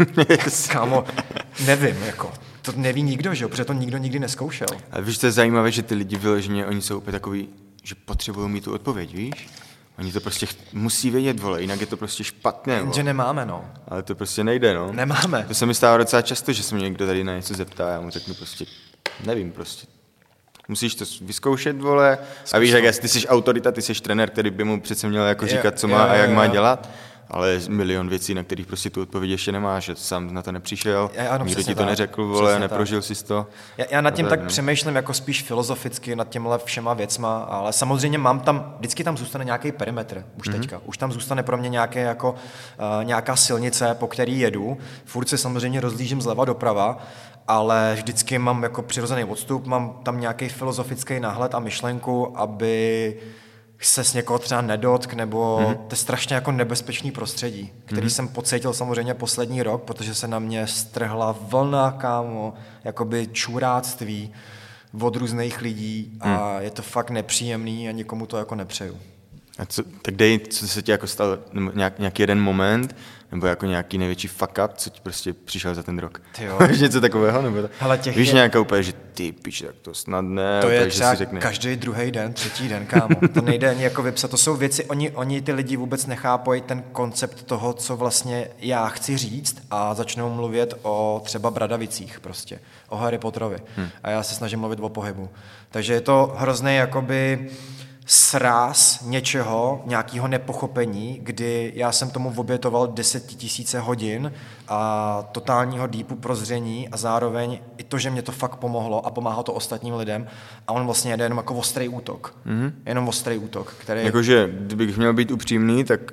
Kámo, nevím, jako. To neví nikdo, že jo, protože to nikdo nikdy neskoušel. Ale víš, to je zajímavé, že ty lidi vyloženě, oni jsou úplně takový, že potřebují mít tu odpověď, víš? Oni to prostě ch- musí vědět, vole, jinak je to prostě špatné, vole. Že nemáme, no. Ale to prostě nejde, no. Nemáme. To se mi stává docela často, že se mě někdo tady na něco zeptá, já mu řeknu prostě, nevím prostě. Musíš to vyzkoušet, vole, a víš, jak ty jsi autorita, ty jsi trenér, který by mu přece měl jako říkat, co má a jak má dělat. Ale milion věcí, na kterých prostě tu odpověď ještě nemáš, že sám na to nepřišel, já, ano, nikdo ti to tak. neřekl, vole, neprožil jsi to. Já, já nad tím tak, tak přemýšlím jako spíš filozoficky nad těmhle všema věcma, ale samozřejmě mám tam, vždycky tam zůstane nějaký perimetr, už mm-hmm. teďka. Už tam zůstane pro mě nějaké jako, uh, nějaká silnice, po který jedu. Furt se samozřejmě rozlížím zleva doprava, ale vždycky mám jako přirozený odstup, mám tam nějaký filozofický náhled a myšlenku, aby se s někoho třeba nedotk, nebo mm-hmm. to je strašně jako nebezpečný prostředí, který mm-hmm. jsem pocítil samozřejmě poslední rok, protože se na mě strhla vlna, kámo, jakoby čuráctví od různých lidí a mm. je to fakt nepříjemný a nikomu to jako nepřeju. A co, tak dej, co se ti jako stalo, nějak, nějaký jeden moment, nebo jako nějaký největší fuck up, co ti prostě přišel za ten rok? Víš něco takového? Nebo hele, víš je... nějaká úplně, že ty píš, tak to snad ne. To je úplně, třeba že si řekne... každý druhý den, třetí den, kámo. To nejde ani jako vypsat. To jsou věci, oni, oni ty lidi vůbec nechápají ten koncept toho, co vlastně já chci říct a začnou mluvit o třeba Bradavicích prostě, o Harry Potterovi. Hmm. A já se snažím mluvit o pohybu. Takže je to hrozný jakoby sráz něčeho, nějakého nepochopení, kdy já jsem tomu obětoval desetitisíce hodin a totálního deepu prozření a zároveň i to, že mě to fakt pomohlo a pomáhá to ostatním lidem a on vlastně jede jenom jako ostrý útok. Mm-hmm. Jenom ostrý útok, který... Jakože, kdybych měl být upřímný, tak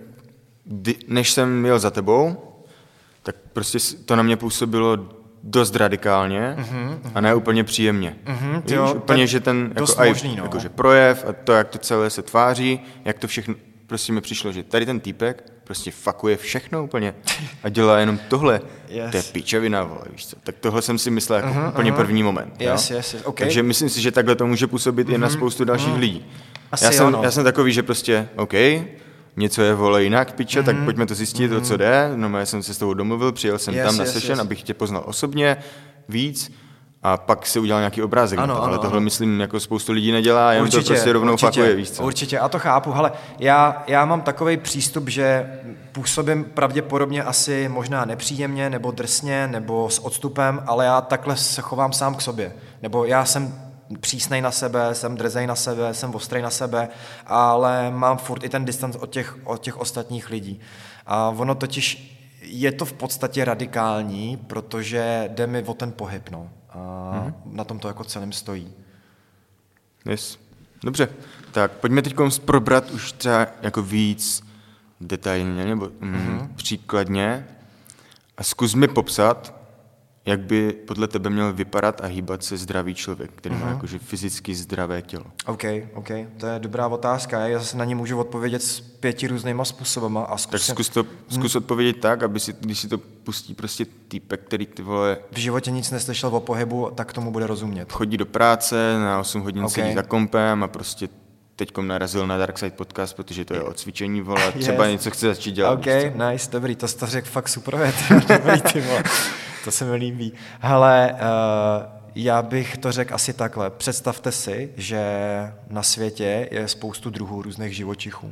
než jsem jel za tebou, tak prostě to na mě působilo dost radikálně mm-hmm. a ne úplně příjemně. Mm-hmm, Víš, jo, úplně, že ten jako, aj, možný, no. jakože projev a to, jak to celé se tváří, jak to všechno, prostě mi přišlo, že tady ten týpek prostě fakuje všechno úplně a dělá jenom tohle. Yes. To je pičovina, vole, víš co. Tak tohle jsem si myslel jako uh-huh, úplně uh-huh. první moment. Yes, yes, yes. Okay. Takže myslím si, že takhle to může působit uh-huh. i na spoustu dalších uh-huh. lidí. Asi já, jsem, já jsem takový, že prostě, OK, něco je, vole, jinak, piče, mm-hmm. tak pojďme to zjistit, mm-hmm. o co jde. No, já jsem se s tebou domluvil, přijel jsem yes, tam na yes, session, yes. abych tě poznal osobně víc a pak si udělal nějaký obrázek. Ano, ano, ale tohle, ano. myslím, jako spoustu lidí nedělá, jenom určitě, to prostě rovnou určitě, fakuje, víš co. Určitě, a to chápu. Hele, já, já mám takovej přístup, že působím pravděpodobně asi možná nepříjemně, nebo drsně, nebo s odstupem, ale já takhle se chovám sám k sobě. Nebo já jsem přísnej na sebe, jsem drzej na sebe, jsem ostrej na sebe, ale mám furt i ten distanc od těch, od těch ostatních lidí. A ono totiž je to v podstatě radikální, protože jde mi o ten pohyb, no. A mm-hmm. na tom to jako celým stojí. Yes. Dobře, tak pojďme teď probrat už třeba jako víc detailně nebo mm, mm-hmm. příkladně a zkus mi popsat, jak by podle tebe měl vypadat a hýbat se zdravý člověk, který uh-huh. má jakože fyzicky zdravé tělo? OK, OK, to je dobrá otázka. Já zase na ní můžu odpovědět s pěti různýma způsobama. A zkusím... Tak zkus, to, zkus hmm. odpovědět tak, aby si, když si to pustí prostě týpek, který ty vole... V životě nic neslyšel o pohybu, tak tomu bude rozumět. Chodí do práce, na osm hodin okay. sedí za kompem a prostě teďkom narazil na Darkside podcast, protože to je o cvičení, vole, třeba yes. něco chce začít dělat. OK, nice, dobrý, to jsi to řekl fakt super věc. Dobrý, ty vole. To se mi líbí. Hele, uh, já bych to řekl asi takhle. Představte si, že na světě je spoustu druhů různých živočichů.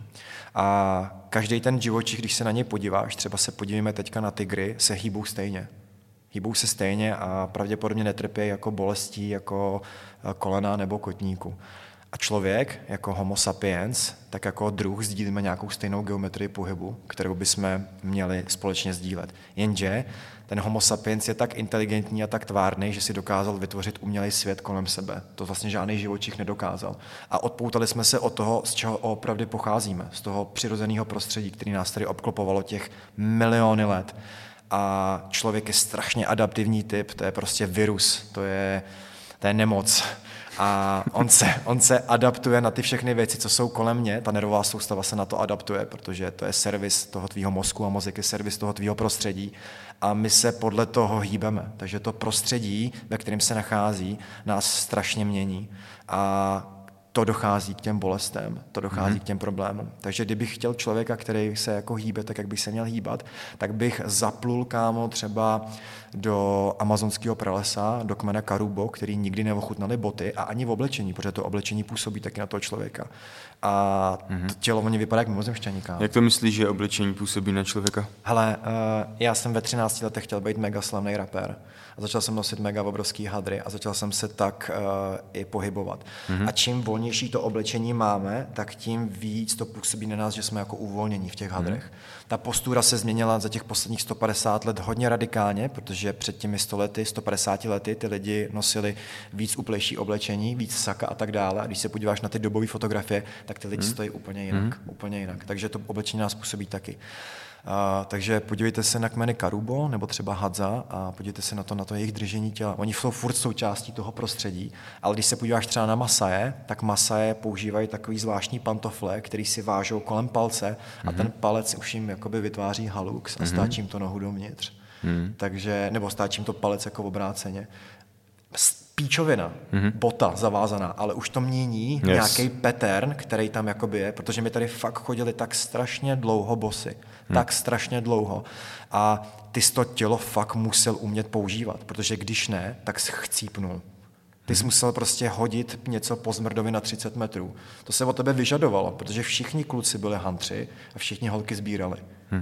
A každý ten živočich, když se na něj podíváš, třeba se podívejme teďka na tygry, se hýbou stejně. Hýbou se stejně a pravděpodobně netrpějí jako bolestí, jako kolena nebo kotníku. A člověk, jako homo sapiens, tak jako druh sdílíme nějakou stejnou geometrii pohybu, kterou bychom měli společně sdílet. Jenže ten homo sapiens je tak inteligentní a tak tvárný, že si dokázal vytvořit umělý svět kolem sebe. To vlastně žádný živočich nedokázal. A odpoutali jsme se od toho, z čeho opravdu pocházíme. Z toho přirozeného prostředí, který nás tady obklopovalo těch miliony let. A člověk je strašně adaptivní typ, to je prostě virus, to je, to je nemoc. A on se, on se adaptuje na ty všechny věci, co jsou kolem mě, ta nervová soustava se na to adaptuje, protože to je servis toho tvýho mozku a mozek je servis toho tvýho prostředí a my se podle toho hýbeme. Takže to prostředí, ve kterém se nachází, nás strašně mění a to dochází k těm bolestem, to dochází mm-hmm. k těm problémům. Takže kdybych chtěl člověka, který se jako hýbe, tak jak bych se měl hýbat, tak bych zaplul, kámo, třeba do amazonského pralesa, do kmene Karubo, který nikdy neochutnali boty a ani v oblečení, protože to oblečení působí taky na toho člověka. A mm-hmm. to tělo oni vypadá jak mimozemšťaní, kámo. Jak to myslíš, že oblečení působí na člověka? Hele, uh, já jsem ve třinácti letech chtěl být mega slavný rapper. A začal jsem nosit mega obrovský hadry a začal jsem se tak uh, i pohybovat. Mm-hmm. A čím volnější to oblečení máme, tak tím víc to působí na nás, že jsme jako uvolnění v těch hadrech. Mm-hmm. Ta postura se změnila za těch posledních sto padesát let hodně radikálně, protože před těmi sto lety, sto padesáti lety ty lidi nosili víc uplejší oblečení, víc saka a tak dále. A když se podíváš na ty dobové fotografie, tak ty lidi mm-hmm. stojí úplně jinak, mm-hmm. úplně jinak. Takže to oblečení nás působí taky. Uh, takže podívejte se na kmeny Karubo nebo třeba Hadza a podívejte se na to, na to jejich držení těla. Oni jsou furt součástí toho prostředí, ale když se podíváš třeba na Masaje, tak Masaje používají takový zvláštní pantofle, který si vážou kolem palce a mm-hmm. ten palec už jim jakoby vytváří halux a mm-hmm. stáčím to nohu dovnitř. Mm-hmm. Takže, nebo stáčím to palec jako obráceně. Píčovina, mm-hmm. bota zavázaná, ale už to mění yes. nějaký pattern, který tam jakoby je, protože my tady fakt chodili tak strašně dlouho bosy, mm. tak strašně dlouho a ty jsi to tělo fakt musel umět používat, protože když ne, tak jsi chcípnul. Ty jsi mm. musel prostě hodit něco po zmrdovi na třicet metrů. To se od tebe vyžadovalo, protože všichni kluci byli hantři a všichni holky sbírali. Mm.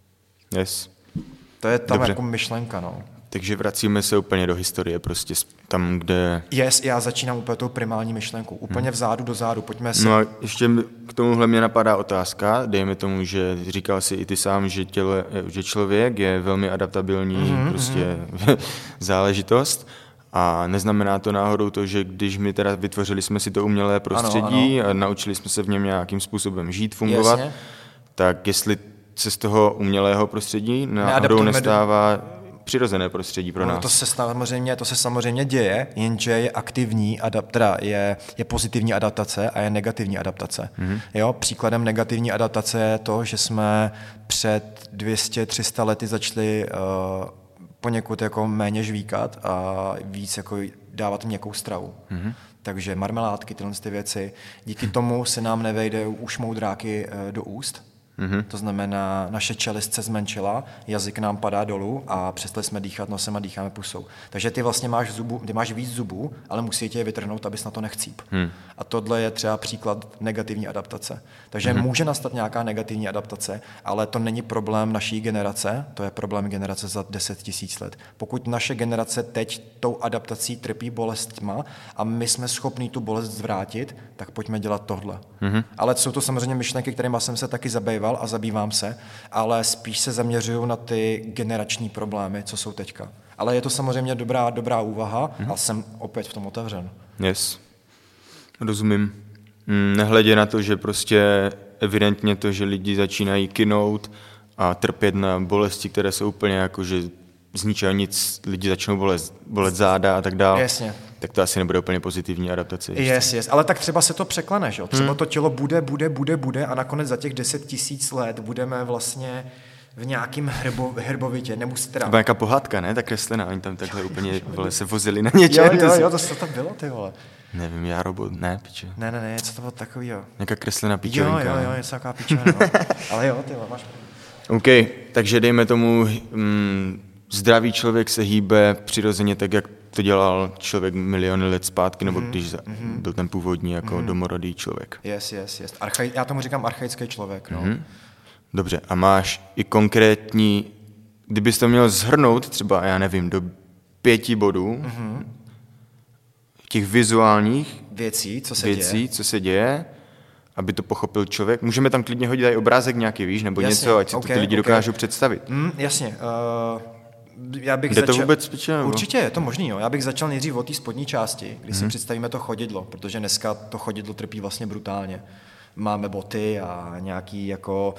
Yes. To je tam Dobře. Jako myšlenka, no. Takže vracíme se úplně do historie, prostě tam, kde... Yes, já začínám úplně tou primální myšlenkou, úplně hmm. vzadu do zádu, pojďme se... No a ještě k tomuhle mě napadá otázka, dejme tomu, že říkal jsi i ty sám, že, tělo, že člověk je velmi adaptabilní mm-hmm. prostě záležitost a neznamená to náhodou to, že když my teda vytvořili jsme si to umělé prostředí ano, ano. a naučili jsme se v něm nějakým způsobem žít, fungovat, Jasně. tak jestli se z toho umělého prostředí náhodou nestává... Do... přirozené prostředí pro no, nás. To se samozřejmě, to se samozřejmě děje, jenže je aktivní, adap, teda je, je pozitivní adaptace a je negativní adaptace. Mm-hmm. Jo, příkladem negativní adaptace je to, že jsme před dvě stě tři sta lety začali uh, poněkud jako méně žvíkat a víc jako dávat měkkou stravu. Mm-hmm. Takže marmeládky, tyhle ty věci. Díky tomu se nám nevejde už moudráky uh, do úst. Mm-hmm. To znamená, naše čelist se zmenšila, jazyk nám padá dolů a přestali jsme dýchat nosem a dýcháme pusou. Takže ty vlastně máš, zubu, ty máš víc zubů, ale musí tě je vytrhnout, abys na to nechcíp. Mm. A tohle je třeba příklad negativní adaptace. Takže mm-hmm. může nastat nějaká negativní adaptace, ale to není problém naší generace, to je problém generace za deset tisíc let. Pokud naše generace teď tou adaptací trpí bolestma a my jsme schopní tu bolest zvrátit, tak pojďme dělat tohle. Mm-hmm. Ale jsou to samozřejmě myšlenky, kterými jsem se taky zabýval a zabývám se, ale spíš se zaměřuju na ty generační problémy, co jsou teďka. Ale je to samozřejmě dobrá, dobrá úvaha mm-hmm. a jsem opět v tom otevřen. Yes. Rozumím. Nehledě na to, že prostě evidentně to, že lidi začínají kynout a trpět na bolesti, které jsou úplně jako, že z ničeho nic lidi začnou bolet, bolet záda a tak dále, Jasně. tak to asi nebude úplně pozitivní adaptace. Yes, yes. Ale tak třeba se to překlene, že jo? Třeba hmm. to tělo bude, bude, bude, bude a nakonec za těch deset tisíc let budeme vlastně v nějakým hrbo, herbovitě, nemusí teda... To byla nějaká pohádka, ne? Ta kreslená, oni tam takhle úplně vole, se vozili na něčem. Jo, jo, jo, to, to tam bylo, ty vole. Nevím, já robot, ne, piče. Ne, ne, ne, co to bylo takovýho? Nějaká kreslená pičovinka. Jo, jo, jo, něco taková pičovina, no. Ale jo, ty vole, máš... OK, takže dejme tomu, mm, zdravý člověk se hýbe přirozeně tak, jak to dělal člověk miliony let zpátky, nebo mm-hmm. když mm-hmm. byl ten původní jako mm-hmm. domorodý člověk. Yes, yes, yes. Archaj, já tomu říkám archaický člověk, no. Mm-hmm. Dobře, a máš i konkrétní, kdybys to měl shrnout třeba, já nevím, do pěti bodů, mm-hmm. těch vizuálních věcí, co se věcí, děje. co se děje, aby to pochopil člověk. Můžeme tam klidně hodit i obrázek nějaký, víš, nebo jasně, něco, ať si okay, to ty lidi okay. dokážou představit. Mm, jasně. Uh, já bych Jde začal... to vůbec piče, Určitě, je to možný, jo. Já bych začal nejdřív od té spodní části, kdy mm-hmm. si představíme to chodidlo, protože dneska to chodidlo trpí vlastně brutálně. Máme boty a nějaký jako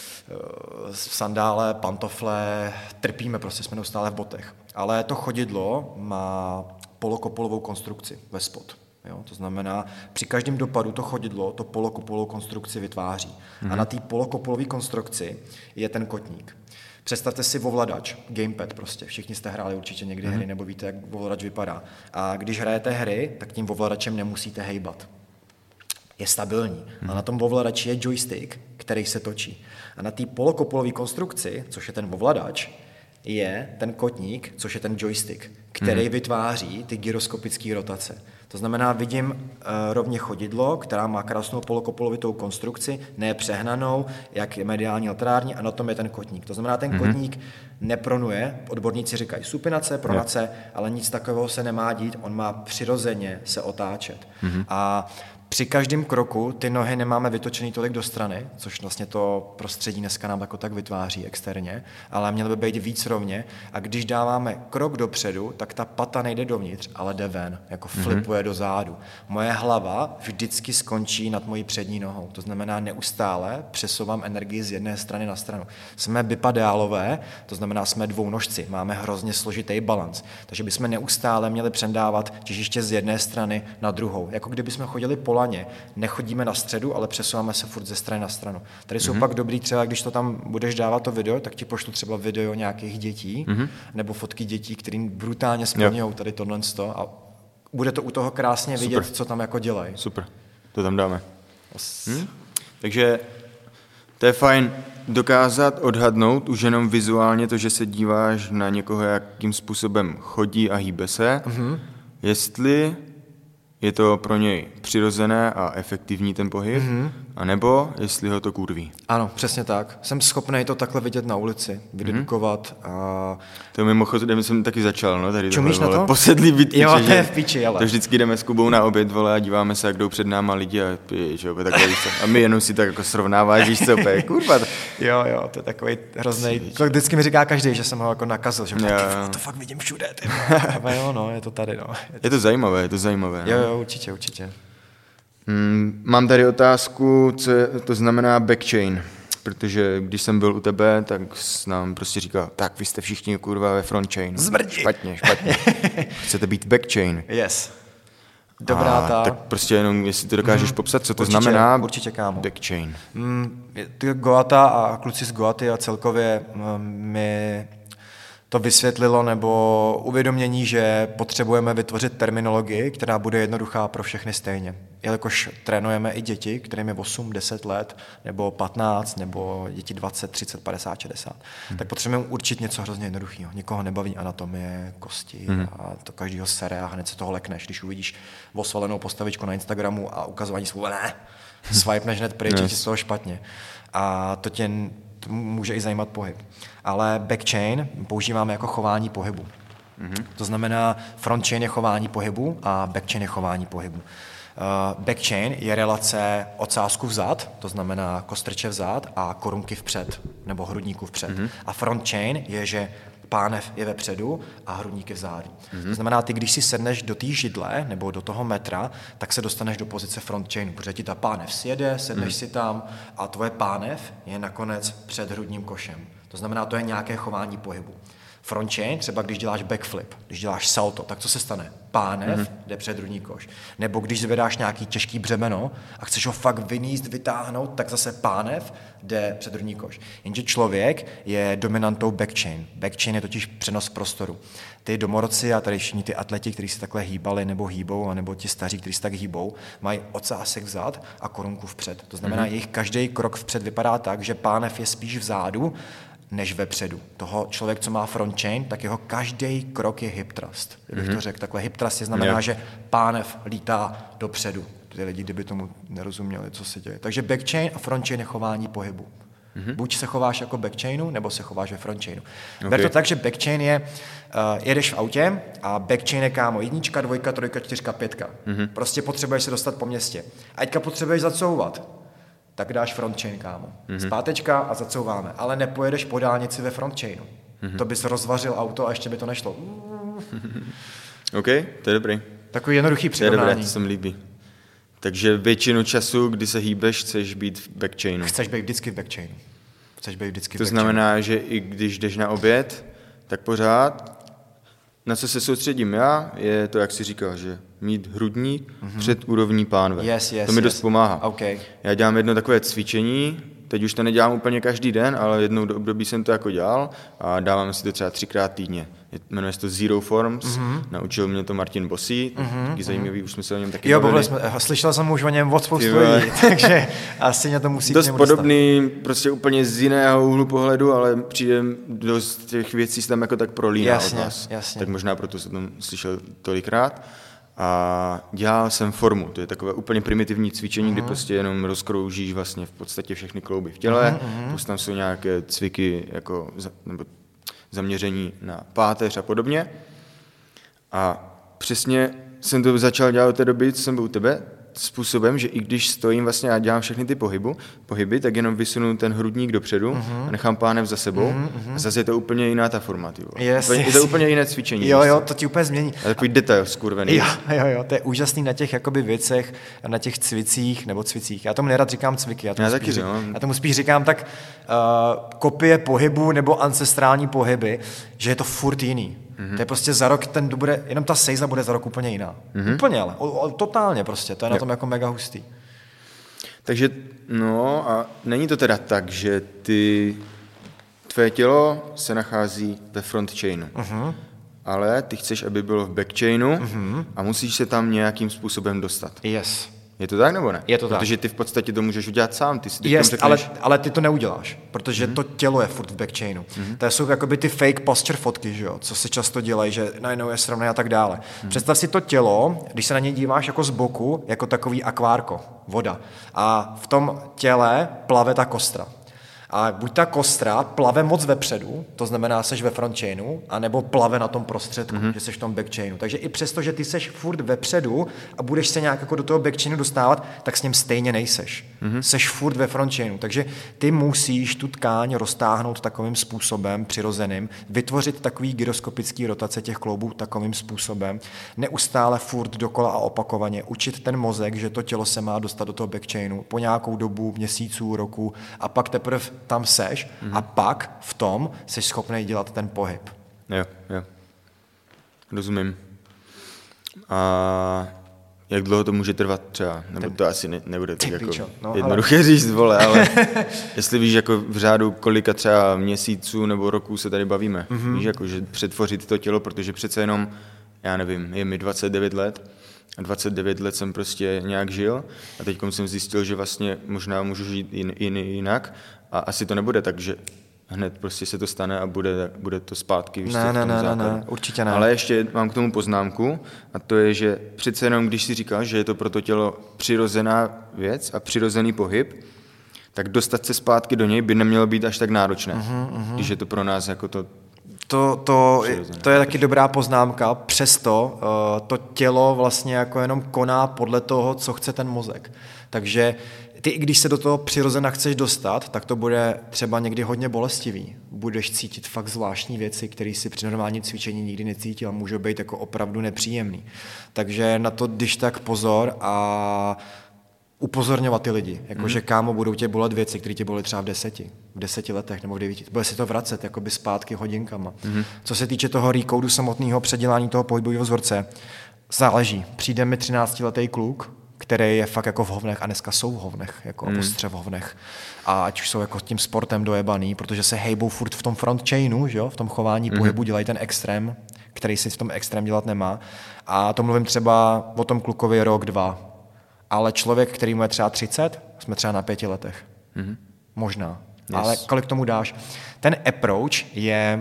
uh, sandále, pantofle, trpíme, prostě jsme neustále v botech. Ale to chodidlo má polokopolovou konstrukci ve spod. Jo, to znamená, při každém dopadu to chodidlo, to polokopolovou konstrukci vytváří. Mm-hmm. A na té polokopolové konstrukci je ten kotník. Představte si ovladač, gamepad prostě. Všichni jste hráli určitě někdy mm-hmm. hry, nebo víte, jak ovladač vypadá. A když hrajete hry, tak tím ovladačem nemusíte hejbat. Je stabilní. Mm-hmm. A na tom ovladači je joystick, který se točí. A na té polokopolové konstrukci, což je ten ovladač, je ten kotník, což je ten joystick, který mm-hmm. vytváří ty gyroskopické rotace. To znamená, vidím uh, rovně chodidlo, která má krásnou polokopolovitou konstrukci, ne přehnanou, jak je mediální laterální, a na tom je ten kotník. To znamená, ten mm-hmm. kotník nepronuje, odborníci říkají supinace, pronace, yeah. ale nic takového se nemá dít, on má přirozeně se otáčet. Mm-hmm. A při každém kroku ty nohy nemáme vytočený tolik do strany, což vlastně to prostředí dneska nám jako tak vytváří externě, ale měly by být víc rovně. A když dáváme krok dopředu, tak ta pata nejde dovnitř, ale jde ven, jako flipuje mm-hmm. do zádu. Moje hlava vždycky skončí nad mojí přední nohou. To znamená, neustále přesouvám energii z jedné strany na stranu. Jsme bipedálové, to znamená, jsme dvounožci, máme hrozně složitý balans. Takže bychom neustále měli přendávat těžiště z jedné strany na druhou. Jako kdybychom chodili po laně, nechodíme na středu, ale přesouváme se furt ze strany na stranu. Tady jsou mm-hmm. pak dobrý třeba, když to tam budeš dávat to video, tak ti pošlu třeba video nějakých dětí, mm-hmm. nebo fotky dětí, kterým brutálně splňují tady tohle a bude to u toho krásně vidět, Super. Co tam jako dělají. Super, to tam dáme. Hm? Takže to je fajn dokázat odhadnout už jenom vizuálně to, že se díváš na někoho, jakým způsobem chodí a hýbe se, mm-hmm. jestli je to pro něj přirozené a efektivní ten pohyb, mm-hmm. anebo jestli ho to kurví. Ano, přesně tak. Jsem schopný to takhle vidět na ulici, vydedukovat. Mm-hmm. A... To mimochodem jsem taky začal, no, tady Čumíš tohle, na vole, posedlý byt. Jo, to je v piči, ale. To vždycky jdeme s Kubou na oběd, vole, a díváme se, jak jdou před náma lidi a piješ, jo, takhle, a my jenom si tak jako srovnáváš, víš co, opět, kurva. Jo, jo, to je takový hrozný. To vždycky mi říká každý, že jsem ho jako nakazil, že jo, to fakt vidím všude, ty. Ale jo, no, je to tady, no. Je to, je to zajímavé, je to zajímavé. Jo, jo, určitě, určitě. Hmm, mám tady otázku, co je, to znamená backchain, protože když jsem byl u tebe, tak nám prostě říkal, tak vy jste všichni kurva ve frontchain. Zmrdí. Špatně, špatně. Chcete být backchain. Yes. Dobrá a, ta. Tak prostě jenom, jestli to dokážeš mm, popsat, co to určitě, znamená určitě, kámo. backchain. Mm, ty Goata a kluci z Goaty a celkově mi to vysvětlilo nebo uvědomění, že potřebujeme vytvořit terminologii, která bude jednoduchá pro všechny stejně. Jelikož trénujeme i děti, kterým je osm, deset let, nebo patnáct, nebo děti dvacet, třicet, padesát, šedesát, hmm. tak potřebujeme určit něco hrozně jednoduchého. Nikoho nebaví anatomie, kosti hmm. a to každýho sere a hned se toho lekneš, když uvidíš osvalenou postavičku na Instagramu a ukazování svůj, ne, swipeneš hned pryč, yes. ti z toho špatně. A to tě může i zajímat pohyb. Ale backchain používáme jako chování pohybu. Mm-hmm. To znamená, frontchain je chování pohybu a backchain je chování pohybu. Uh, backchain je relace ocásku vzad, to znamená kostrče vzad a korunky vpřed, nebo hrudníku vpřed. Mm-hmm. A frontchain je, že pánev je vepředu a hrudník je vzadu. Mm-hmm. To znamená, ty když si sedneš do té židle nebo do toho metra, tak se dostaneš do pozice frontchainu, protože ti ta pánev sjede, sedneš mm-hmm. si tam a tvoje pánev je nakonec před hrudním košem. To znamená, to je nějaké chování pohybu. Front chain, třeba když děláš backflip, když děláš salto, tak co se stane? Pánev mm-hmm. jde před hrudní koš. Nebo když zvedáš nějaký těžký břemeno a chceš ho fakt vyníst, vytáhnout, tak zase pánev jde před hrudní koš. Jenže člověk je dominantou backchain. Backchain je totiž přenos prostoru. Ty domorodci a tady všichni ty atleti, kteří se takhle hýbali nebo hýbou, anebo ti staří, kteří se tak hýbou, mají ocásek vzad a korunku vpřed. To znamená, mm-hmm. jejich každý krok vpřed vypadá tak, že pánev je spíš vzadu, než vepředu. Toho člověk, co má front chain, tak jeho každý krok je hip thrust. Kdybych mm-hmm. to řekl. Takhle hip thrust je znamená, yep. že pánev lítá dopředu. Ty lidi, kdyby tomu nerozuměli, co se děje. Takže backchain a front chain je chování pohybu. Mm-hmm. Buď se chováš jako backchainu, nebo se chováš ve frontchainu. Okay. Ber to tak, že backchain je, uh, jedeš v autě a backchain je kámo jednička, dvojka, trojka, čtyřka, pětka. Mm-hmm. Prostě potřebuješ se dostat po městě. A teďka potřebuješ zacouvat. Tak dáš frontchain, kámo. Mm-hmm. Zpátečka a zacouváme. Ale nepojedeš po dálnici ve frontchainu. Mm-hmm. To bys rozvařil auto a ještě by to nešlo. OK, to je dobrý. Takový jednoduchý přirovnání. To je dobré, to se mi líbí. Takže většinu času, kdy se hýbeš, chceš být v backchainu. Chceš být vždycky v backchainu. Chceš být vždycky to v backchainu. znamená, že i když jdeš na oběd, tak pořád, na co se soustředím já, je to, jak jsi říkal, že mít hrudník mm-hmm. před úrovní pánve. Yes, yes, to mi yes. dost pomáhá. Okay. Já dělám jedno takové cvičení, teď už to nedělám úplně každý den, ale jednou do období jsem to jako dělal a dávám si to třeba třikrát týdně. Jmenuje se to Zero Forms, mm-hmm. naučil mě to Martin Bosý, mm-hmm. taky zajímavý, už jsme se o něm taky jo, bavili. Jsme, slyšel jsem už o něm od spoustu lidí, takže asi mě to musí dost podobný, dostat. Prostě úplně z jiného úhlu pohledu, ale přijde dost těch věcí se tam jako tak prolíná jasně, od nás. Jasně. Tak možná proto jsem tam slyšel tolikrát. A dělal jsem formu, to je takové úplně primitivní cvičení, mm-hmm. kdy prostě jenom rozkroužíš vlastně v podstatě všechny klouby v těle, mm-hmm. plus tam jsou nějaké cviky jako za, nebo zaměření na páteř a podobně. A přesně jsem to začal dělat od té doby, co jsem byl u tebe, způsobem, že i když stojím vlastně a dělám všechny ty pohybu, pohyby, tak jenom vysunu ten hrudník dopředu mm-hmm. a nechám pánev za sebou mm-hmm. a zase je to úplně jiná ta forma. Yes, úplně, yes. Je to úplně jiné cvičení. Jo, jo, to ti úplně změní. A takový detail skurvený. Jo, jo, jo, to je úžasný na těch jakoby věcech, na těch cvicích, nebo cvicích. Já tomu nerad říkám cviky, já tomu, já spíš, taky, řík, no. já tomu spíš říkám tak uh, kopie pohybu nebo ancestrální pohyby, že je to furt jiný. Mm-hmm. To je prostě za rok, ten bude, jenom ta sejza bude za rok úplně jiná. Mm-hmm. Úplně ale, o, o, totálně prostě, to je na tom jako mega hustý. Takže, no a není to teda tak, že ty, tvé tělo se nachází ve front chainu, mm-hmm. ale ty chceš, aby bylo v back chainu mm-hmm. a musíš se tam nějakým způsobem dostat. Yes. Je to tak nebo ne? Je to tak. Protože ty v podstatě to můžeš udělat sám. Ty si yes, řekneš... ale, ale ty to neuděláš, protože mm-hmm. to tělo je furt v backchainu. Mm-hmm. To jsou jakoby ty fake posture fotky, že jo, co se často dělají, že najednou je srovnané a tak dále. Mm-hmm. Představ si to tělo, když se na něj díváš jako z boku, jako takový akvárko, voda. A v tom těle plave ta kostra. A buď ta kostra plave moc vepředu, to znamená, seš ve front chainu, anebo plave na tom prostředku, mm-hmm. že seš v tom back chainu. Takže i přesto, že ty seš furt vepředu a budeš se nějak jako do toho back chainu dostávat, tak s ním stejně nejseš. Mm-hmm. Seš furt ve front chainu. Takže ty musíš tu tkáň roztáhnout takovým způsobem přirozeným, vytvořit takový gyroskopický rotace těch kloubů takovým způsobem, neustále furt dokola a opakovaně učit ten mozek, že to tělo se má dostat do toho back chainu po nějakou dobu, měsíců, roku a pak teprve tam seš mm-hmm. a pak v tom jsi schopný dělat ten pohyb. Jo, jo. Rozumím. A jak dlouho to může trvat třeba? Nebo ten, to asi ne, nebude tak jako no, jednoduché ale... říct, vole, ale jestli víš jako v řádu kolika třeba měsíců nebo roků se tady bavíme. Mm-hmm. Víš, jako, že přetvořit to tělo, protože přece jenom, já nevím, je mi dvacet devět let a dvacet devět let jsem prostě nějak žil a teď jsem zjistil, že vlastně možná můžu žít jin, jin, jinak a asi to nebude tak, že hned prostě se to stane a bude, bude to zpátky, víš, ne, co, v tom ne, základu. Ne, ne, určitě ne. Ale ještě mám k tomu poznámku a to je, že přece jenom, když si říkal, že je to pro to tělo přirozená věc a přirozený pohyb, tak dostat se zpátky do něj by nemělo být až tak náročné, uh-huh, uh-huh. když je to pro nás jako to To, to, to je taky dobrá poznámka, přesto uh, to tělo vlastně jako jenom koná podle toho, co chce ten mozek. Takže ty, i když se do toho přirozena chceš dostat, tak to bude třeba někdy hodně bolestivý. Budeš cítit fakt zvláštní věci, které si při normálním cvičení nikdy necítil a můžou být jako opravdu nepříjemný. Takže na to když tak pozor a upozorňovat ty lidi, jakože mm-hmm. kámo, budou tě bolet věci, které tě bolely třeba v deseti, v deseti letech nebo v devíti. Bude si to vracet jakoby zpátky hodinkama. Mm-hmm. Co se týče toho recodu samotného předělání toho pohybového vzorce, záleží. Přijde mi třináctiletý kluk, který je fakt jako v hovnech a dneska jsou v hovnech, jako mm. ostře v hovnech. A ať už jsou jako tím sportem dojebaný, protože se hejbou furt v tom front chainu, že jo? V tom chování mm. pohybu dělají ten extrém, který si v tom extrém dělat nemá. A to mluvím třeba o tom klukovi rok, dva. Ale člověk, který mu je třeba třicet, jsme třeba na pěti letech. Mm. Možná. Yes. Ale kolik tomu dáš? Ten approach je...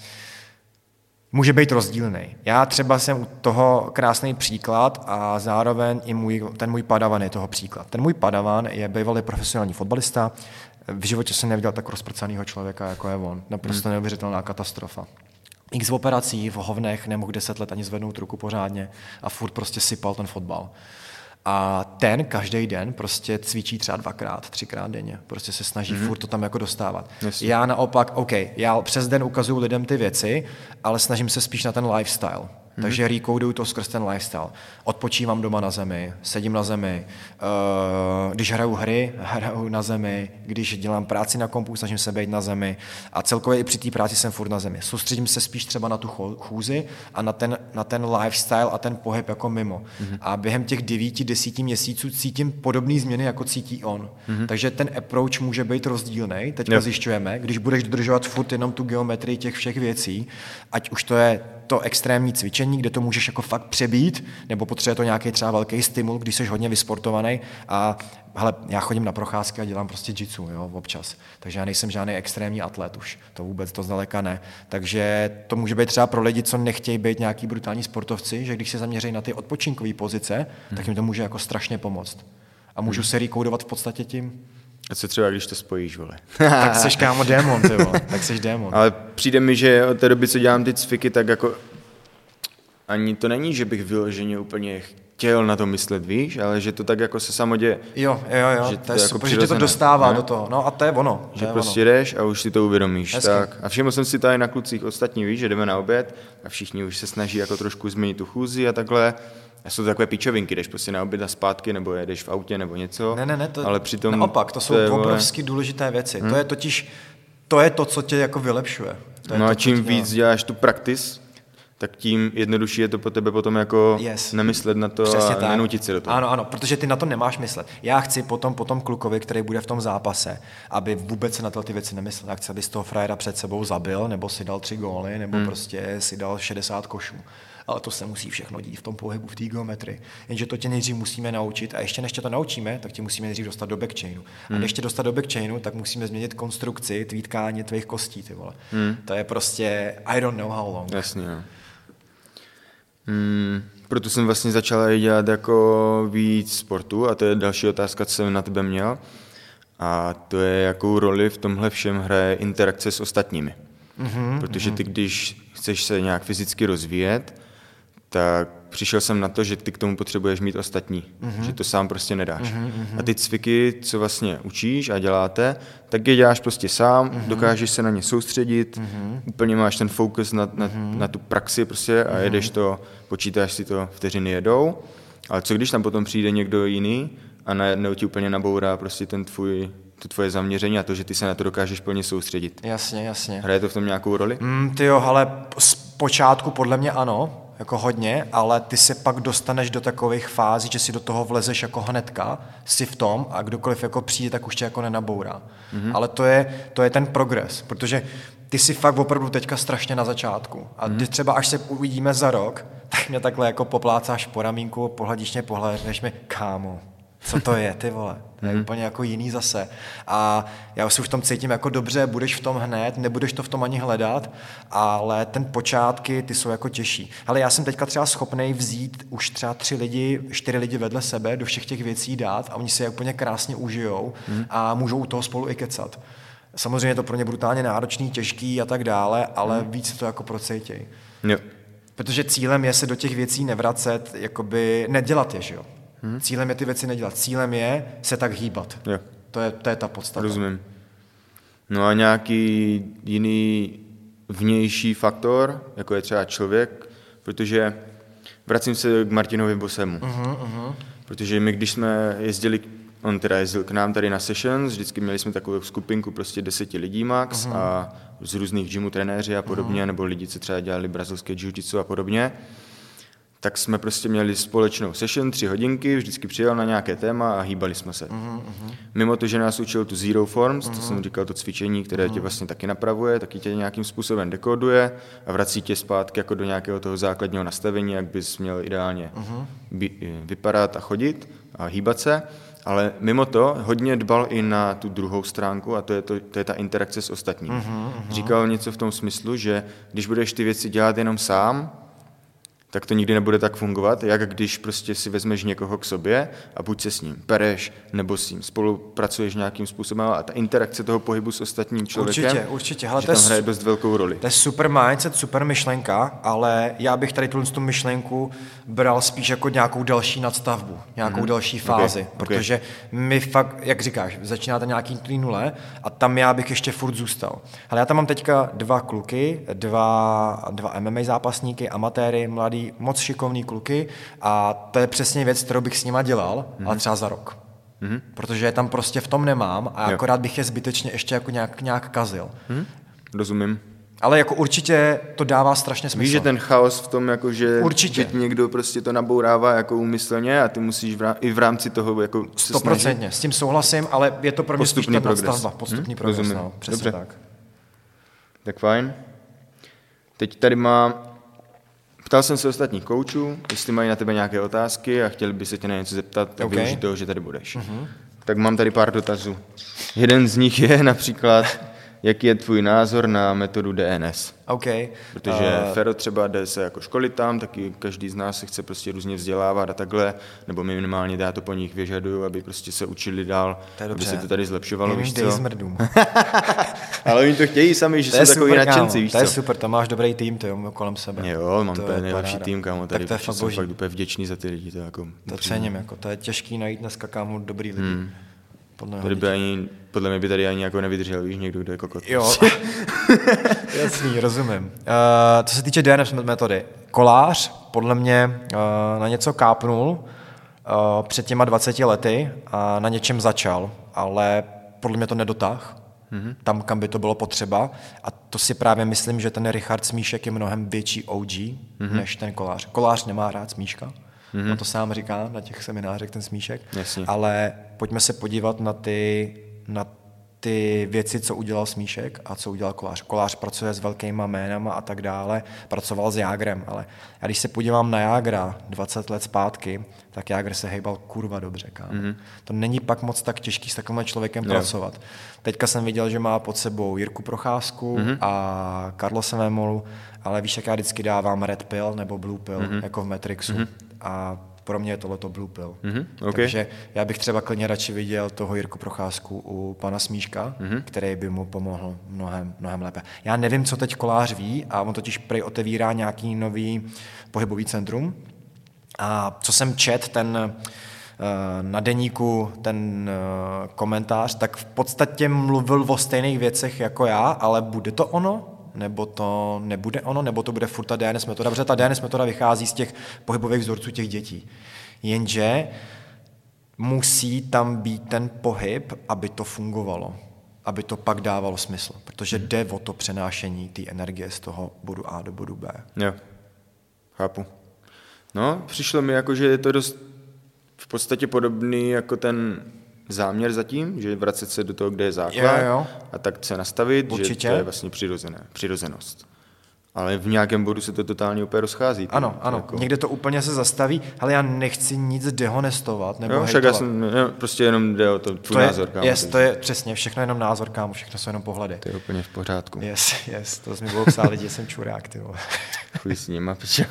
může být rozdílný. Já třeba jsem u toho krásný příklad a zároveň i můj, ten můj padavan je toho příklad. Ten můj padavan je bývalý profesionální fotbalista. V životě jsem neviděl tak rozprcanýho člověka, jako je on. Naprosto hmm. neuvěřitelná katastrofa. X operací v hovnech, nemohl deset let ani zvednout ruku pořádně a furt prostě sypal ten fotbal. A ten každý den prostě cvičí třeba dvakrát, třikrát denně. Prostě se snaží mm-hmm. furt to tam jako dostávat. Jasně. Já naopak, OK, já přes den ukazuju lidem ty věci, ale snažím se spíš na ten lifestyle. Mm-hmm. Takže recoduju to skrz ten lifestyle. Odpočívám doma na zemi, sedím na zemi, uh, když hraju hry, hraju na zemi, když dělám práci na kompu, snažím se být na zemi a celkově i při té práci jsem furt na zemi. Soustředím se spíš třeba na tu chůzi a na ten, na ten lifestyle a ten pohyb jako mimo. Mm-hmm. A během těch devíti, desíti měsíců cítím podobné změny, jako cítí on. Mm-hmm. Takže ten approach může být rozdílný. Teďka yep. zjišťujeme, když budeš dodržovat furt jenom tu geometrii těch všech věcí, ať už to je to extrémní cvičení, kde to můžeš jako fakt přebít, nebo potřebuje to nějaký třeba velký stimul, když jsi hodně vysportovaný a hele, já chodím na procházky a dělám prostě jitsu, jo, občas. Takže já nejsem žádný extrémní atlet už, to vůbec, to zdaleka ne. Takže to může být třeba pro lidi, co nechtějí být nějaký brutální sportovci, že když se zaměří na ty odpočinkové pozice, hmm. tak jim to může jako strašně pomoct. A můžu hmm. se recodovat v podstatě tím. A co třeba, když to spojíš, vole? Tak seš kámo démon, ty vole. Tak seš démon. Ale přijde mi, že od té doby, co dělám ty cviky, tak jako ani to není, že bych vyloženě úplně chtěl na to myslet, víš, ale že to tak jako se samo děje. Jo, jo, jo, že to, to je jako super, že tě to dostává ne? do toho. No a to je ono. Že je prostě ono. jdeš a už si to uvědomíš. Hezky. Tak. A všiml jsem si tady na klucích ostatní, víš, že jdeme na oběd a všichni už se snaží jako trošku změnit tu chůzi a takhle. A jsou to takové pičovinky, jdeš prostě na oběd a zpátky, nebo jedeš v autě, nebo něco. Ne, ne, ne, to, ale přitom naopak, to jsou to obrovsky vole... důležité věci. Hmm. To je totiž, to je to, co tě jako vylepšuje. To no to, a čím víc dělá. děláš tu practice, tak tím jednodušší je to pro tebe potom jako yes. nemyslet na to přesně a tak. Nenutit se do toho. Ano, ano, protože ty na to nemáš myslet. Já chci potom, potom klukovi, který bude v tom zápase, aby vůbec se na ty věci nemyslel. Já chci, aby z toho frajera před sebou zabil, nebo si dal tři góly, nebo hmm. prostě si dal šedesát košů. Ale to se musí všechno dít v tom pohybu, v té geometrii. Jenže to tě nejdřív musíme naučit a ještě než tě to naučíme, tak tě musíme nejdřív dostat do backchainu. Hmm. A než tě dostat do backchainu, tak musíme změnit konstrukci tvý tkáně, tvých kostí, ty vole. Hmm. To je prostě I don't know how long. Jasně, jo. Hmm, proto jsem vlastně začal dělat jako víc sportu a to je další otázka, co jsem na tebe měl. A to je, jakou roli v tomhle všem hraje interakce s ostatními. Mm-hmm, Protože ty, když chceš se nějak fyzicky rozvíjet, tak přišel jsem na to, že ty k tomu potřebuješ mít ostatní, mm-hmm. že to sám prostě nedáš. Mm-hmm. A ty cviky, co vlastně učíš a děláte, tak je děláš prostě sám, mm-hmm. dokážeš se na ně soustředit, mm-hmm. úplně máš ten fokus na, na, mm-hmm. na tu praxi prostě a jedeš to, počítáš si to, vteřiny jedou, ale co když tam potom přijde někdo jiný a najednou ti úplně nabourá prostě ten tvůj to tvoje zaměření a to, že ty se na to dokážeš plně soustředit. Jasně, jasně. Hraje to v tom nějakou roli? Mm, ty jo, ale z počátku podle mě ano, jako hodně, ale ty se pak dostaneš do takových fází, že si do toho vlezeš jako hnedka, si v tom a kdokoliv jako přijde, tak už tě jako nenabourá. Mm-hmm. Ale to je, to je ten progres, protože ty jsi fakt opravdu teďka strašně na začátku. A ty třeba až se uvidíme za rok, tak mě takhle jako poplácáš po ramínku, pohladíš mě, pohledneš mi, kámo, co to je, ty vole, to je mm-hmm. úplně jako jiný zase. A já už v tom cítím jako dobře, budeš v tom hned, nebudeš to v tom ani hledat, ale ten počátky, ty jsou jako těžší. Ale já jsem teďka třeba schopnej vzít už třeba tři lidi, čtyři lidi vedle sebe, do všech těch věcí dát a oni si je úplně krásně užijou mm-hmm. a můžou u toho spolu i kecat. Samozřejmě je to pro ně brutálně náročný, těžký a tak dále, ale mm-hmm. víc to jako procejtěj. Jo. Protože cílem je se do těch věcí nevracet, jakoby nedělat je, že jo. Hmm. Cílem je ty věci nedělat. Cílem je se tak hýbat. Jo. To je, to je ta podstata. Rozumím. No a nějaký jiný vnější faktor, jako je třeba člověk, protože vracím se k Martinovi Bosemu. Uh-huh, uh-huh. Protože my, když jsme jezdili on teda jezdil k nám tady na sessions, vždycky měli jsme takovou skupinku prostě deseti lidí max uh-huh. a z různých gymů trenéři a podobně, uh-huh. nebo lidi, co třeba dělali brazilské jiu-jitsu a podobně. Tak jsme prostě měli společnou session, tři hodinky, vždycky přijel na nějaké téma a hýbali jsme se. Uh-huh. Mimo to, že nás učil tu Zero Forms, uh-huh. to jsem říkal, to cvičení, které uh-huh. tě vlastně taky napravuje, taky tě nějakým způsobem dekoduje a vrací tě zpátky jako do nějakého toho základního nastavení, jak bys měl ideálně uh-huh. by, vypadat a chodit a hýbat se. Ale mimo to hodně dbal i na tu druhou stránku a to je, to, to je ta interakce s ostatními. Uh-huh. Říkal něco v tom smyslu, že když budeš ty věci dělat jenom sám, tak to nikdy nebude tak fungovat, jak když prostě si vezmeš někoho k sobě a buď se s ním pereš, nebo s ním spolupracuješ nějakým způsobem a ta interakce toho pohybu s ostatním člověkem, určitě, určitě. Hele, že tam tam hraje dost velkou roli. To je super mindset, super myšlenka, ale já bych tady tu myšlenku bral spíš jako nějakou další nadstavbu, nějakou mm-hmm. další fázi, okay, protože okay. my fakt, jak říkáš, začínáte nějaký tý nule a tam já bych ještě furt zůstal. Ale já tam mám teďka dva kluky, dva, dva M M A zápasníky, amatéry, mladý, moc šikovný kluky a to je přesně věc, kterou bych s nima dělal, mm-hmm. ale třeba za rok. Mm-hmm. Protože je tam prostě v tom nemám a jo. akorát bych je zbytečně ještě jako nějak, nějak kazil. Mm-hmm. Rozumím. Ale jako určitě to dává strašně smysl. Víš, že ten chaos v tom, jako že, určitě. že někdo prostě to nabourává jako úmyslně a ty musíš v rám, i v rámci toho jako sto procent s tím souhlasím, ale je to pro mě spíš ta nadstavba. Postupný hmm? progres. No, přesně Dobře. tak. Tak fajn. Teď tady má... Ptal jsem se ostatních koučů, jestli mají na tebe nějaké otázky a chtěli by se tě na něco zeptat, tak okay. využít toho, že tady budeš. Uh-huh. Tak mám tady pár dotazů. Jeden z nich je například, jaký je tvůj názor na metodu D N S? Okay. Protože uh... Fero třeba jde se jako školit tam, taky každý z nás se chce prostě různě vzdělávat a takhle, nebo minimálně já to po nich vyžaduju, aby prostě se učili dál, aby se to tady zlepšovalo, víš co? Ale oni to chtějí sami, že to jsou takový nadšenci, víš co? To je super, tam máš dobrý tým, ty jo, kolem sebe. Jo, mám to nejlepší tým, kámo, tady tak to je jsem fakt úplně vděčný za ty lidi. To, jako to cením, jako, to je těžký najít dneska, kámo, dobrý lidi. Hmm. Podle, by ani, podle mě by tady ani jako nevydržel, víš, někdo, kdo je kokot. Jo, jasný, rozumím. Uh, co se týče D N S metody, kolář podle mě uh, na něco kápnul uh, před těma dvaceti lety a na něčem začal, ale podle mě to nedotáh. Mm-hmm. Tam, kam by to bylo potřeba. A to si právě myslím, že ten Richard Smíšek je mnohem větší O G, mm-hmm. než ten kolář. Kolář nemá rád Smíška. Mm-hmm. On to sám říká na těch seminářích, ten Smíšek. Jasně. Ale pojďme se podívat na ty, na ty věci, co udělal Smíšek a co udělal Kolář. Kolář pracuje s velkýma jménama a tak dále, pracoval s Jágrem, ale já když se podívám na Jágra dvacet let zpátky, tak Jágr se hejbal kurva dobře, kámo. Mm-hmm. To není pak moc tak těžký s takovým člověkem no. pracovat. Teďka jsem viděl, že má pod sebou Jirku Procházku mm-hmm. a Carlose Vémolu, ale víš, jak já vždycky dávám red pill nebo blue pill, mm-hmm. jako v Matrixu. Mm-hmm. A pro mě je tohleto blue pill. Mm-hmm, okay. Takže já bych třeba klidně radši viděl toho Jirku Procházku u pana Smíška, mm-hmm. který by mu pomohl mnohem, mnohem lépe. Já nevím, co teď Kolář ví a on totiž prej otevírá nějaký nový pohybový centrum. A co jsem čet, ten na deníku ten komentář, tak v podstatě mluvil o stejných věcech jako já, ale bude to ono? Nebo to nebude ono, nebo to bude furt ta D N S metoda, protože ta D N S metoda vychází z těch pohybových vzorců těch dětí. Jenže musí tam být ten pohyb, aby to fungovalo, aby to pak dávalo smysl, protože jde o to přenášení té energie z toho bodu A do bodu B. Jo, chápu. No, přišlo mi jako, že je to dost v podstatě podobný jako ten záměr zatím, že vracet se do toho, kde je základ jo, jo. a tak se nastavit, určitě. Že to je vlastně přirozené, přirozenost. Ale v nějakém bodu se to totálně úplně rozchází. Ano, ano, jako... někde to úplně se zastaví, ale já nechci nic dehonestovat nebo jo, však já jsem, jo, prostě jenom jde o to tvůj to je, názor, kámo. Yes, to je přesně, všechno jenom názor, kámo, všechno jsou jenom pohledy. To je úplně v pořádku. Yes, yes, to jsi mi budou psát lidi, jsem čurák, ty vole. Chuj s nima, piča.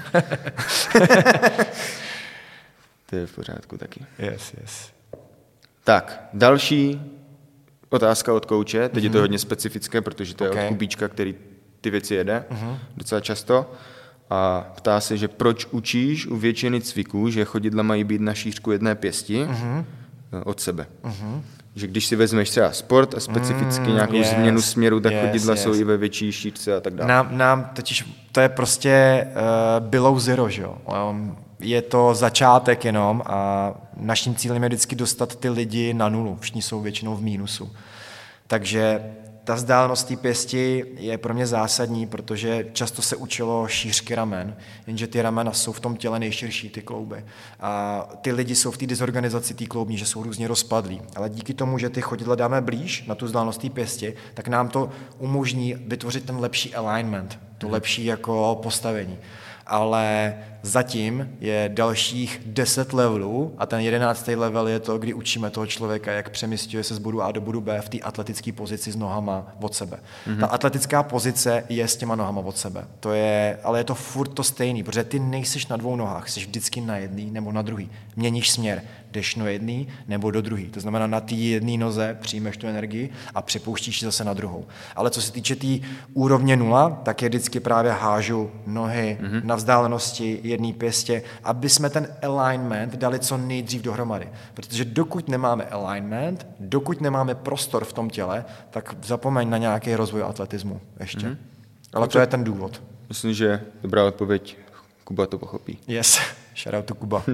To je v pořádku taky. Yes, yes. Tak, další otázka od kouče, teď mm-hmm. je to hodně specifické, protože to je okay. od Kubíčka, který ty věci jede mm-hmm. docela často a ptá se, že proč učíš u většiny cviků, že chodidla mají být na šířku jedné pěsti mm-hmm. od sebe. Mm-hmm. Že když si vezmeš třeba sport a specificky mm, nějakou yes, změnu směru, tak yes, chodidla yes. jsou i ve větší šířce a tak dále. Nám, nám totiž, to je prostě uh, below zero, že jo. Um, je to začátek jenom a naším cílem je vždycky dostat ty lidi na nulu. Všichni jsou většinou v mínusu. Takže ta vzdálenost té pěsti je pro mě zásadní, protože často se učilo šířky ramen, jenže ty ramena jsou v tom těle nejširší, ty klouby. A ty lidi jsou v té dezorganizaci té kloubní, že jsou různě rozpadlí. Ale díky tomu, že ty chodidla dáme blíž na tu vzdálenost té pěsti, tak nám to umožní vytvořit ten lepší alignment, to lepší jako postavení. Ale zatím je dalších deset levelů a ten jedenáctý level je to, kdy učíme toho člověka, jak přemysťuje se z bodu A do bodu B v té atletické pozici s nohama od sebe. Mm-hmm. Ta atletická pozice je s těma nohama od sebe. To je, ale je to furt to stejný, protože ty nejseš na dvou nohách, jsi vždycky na jedný nebo na druhý. Měníš směr, jdeš na jedný nebo do druhý. To znamená, na té jedné noze přijmeš tu energii a přepouštíš ji zase na druhou. Ale co se týče té tý úrovně nula, tak je vždycky právě hážu nohy mm-hmm. na vzdálenosti jedné pěstě, aby jsme ten alignment dali co nejdřív dohromady. Protože dokud nemáme alignment, dokud nemáme prostor v tom těle, tak zapomeň na nějaký rozvoj atletismu ještě. Mm-hmm. Ale to je ten důvod. Myslím, že dobrá odpověď. Kuba to pochopí. Yes, shout out to Kuba.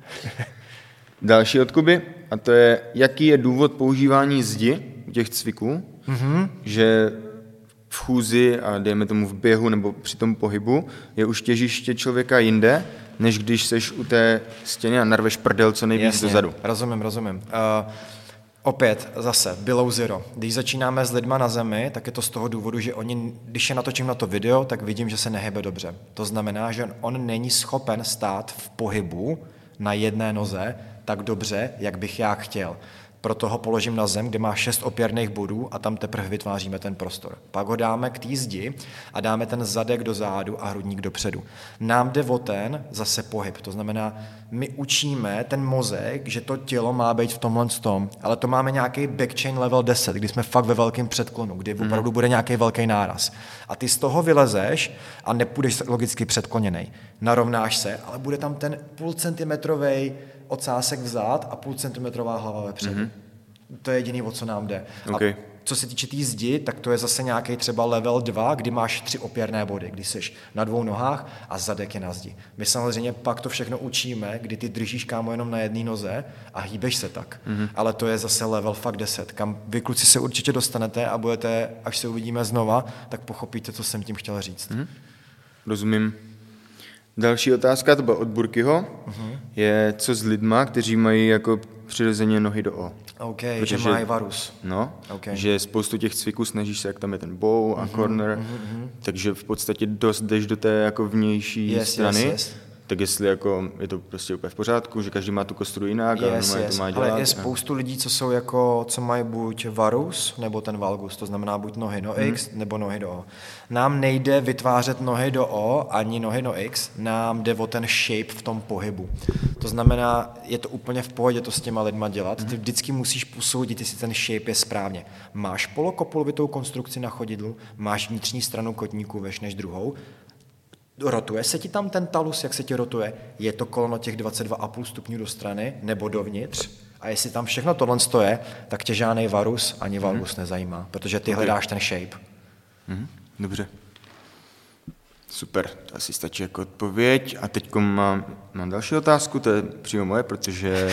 Další od Kuby, a to je, jaký je důvod používání zdi u těch cviků, mm-hmm. že v chůzi a dejme tomu v běhu nebo při tom pohybu je už těžiště člověka jinde, než když seš u té stěny a narveš prdel co nejvíc Jasně, dozadu. Rozumím, rozumím. Uh, opět zase, below zero. Když začínáme s lidma na zemi, tak je to z toho důvodu, že oni, když je natočím na to video, tak vidím, že se nehybe dobře. To znamená, že on není schopen stát v pohybu na jedné noze tak dobře, jak bych já chtěl. Proto ho položím na zem, kde má šest opěrných bodů a tam teprve vytváříme ten prostor. Pak ho dáme k té zdi a dáme ten zadek do zádu a hrudník dopředu. Nám jde o ten zase pohyb. To znamená, my učíme ten mozek, že to tělo má být v tomhle tom, ale to máme nějaký backchain level deset, kdy jsme fakt ve velkém předklonu, kdy opravdu bude nějaký velký náraz. A ty z toho vylezeš a nepůjdeš logicky předkloněnej. Narovnáš se, ale bude tam ten půl centimetrovej ocásek vzad a půl centimetrová hlava vepředu. Mm-hmm. To je jediný, o co nám jde. Okay. A co se týče té tý zdi, tak to je zase nějaký třeba level dva, kdy máš tři opěrné body, kdy jsi na dvou nohách a zadek je na zdi. My samozřejmě pak to všechno učíme, kdy ty držíš kámo jenom na jedné noze a hýbeš se tak. Mm-hmm. Ale to je zase level fakt deset, kam vy kluci se určitě dostanete a budete, až se uvidíme znova, tak pochopíte, co jsem tím chtěl říct. Mm-hmm. Rozumím. Další otázka, to byla od Burkyho, uh-huh. je co s lidma, kteří mají jako přirozeně nohy do O. OK, protože, že mají varus. No, okay. Že spoustu těch cviků snažíš se, jak tam je ten bow a uh-huh, corner, uh-huh. takže v podstatě dost jdeš do té jako vnější yes, strany. Yes, yes. Tak jestli jako je to prostě úplně v pořádku, že každý má tu kostru jinak yes, a yes. to má dělat. Ale je spoustu lidí, co jsou jako, co mají buď varus, nebo ten valgus, to znamená buď nohy do hmm. X, nebo nohy do O. Nám nejde vytvářet nohy do O, ani nohy do X, nám jde o ten shape v tom pohybu. To znamená, je to úplně v pohodě to s těma lidma dělat, ty vždycky musíš posoudit, jestli ten shape je správně. Máš polokopulovitou konstrukci na chodidlu, máš vnitřní stranu kotníku veš než druhou, rotuje se ti tam ten talus, jak se ti rotuje? Je to koleno těch dvacet dva a půl stupňů do strany nebo dovnitř? A jestli tam všechno tohle stoje, tak tě žádnej varus ani valgus mm-hmm. nezajímá, protože ty okay. hledáš ten shape. Mm-hmm. Dobře. Super, to asi stačí jako odpověď. A teď mám, mám další otázku, to je přímo moje, protože...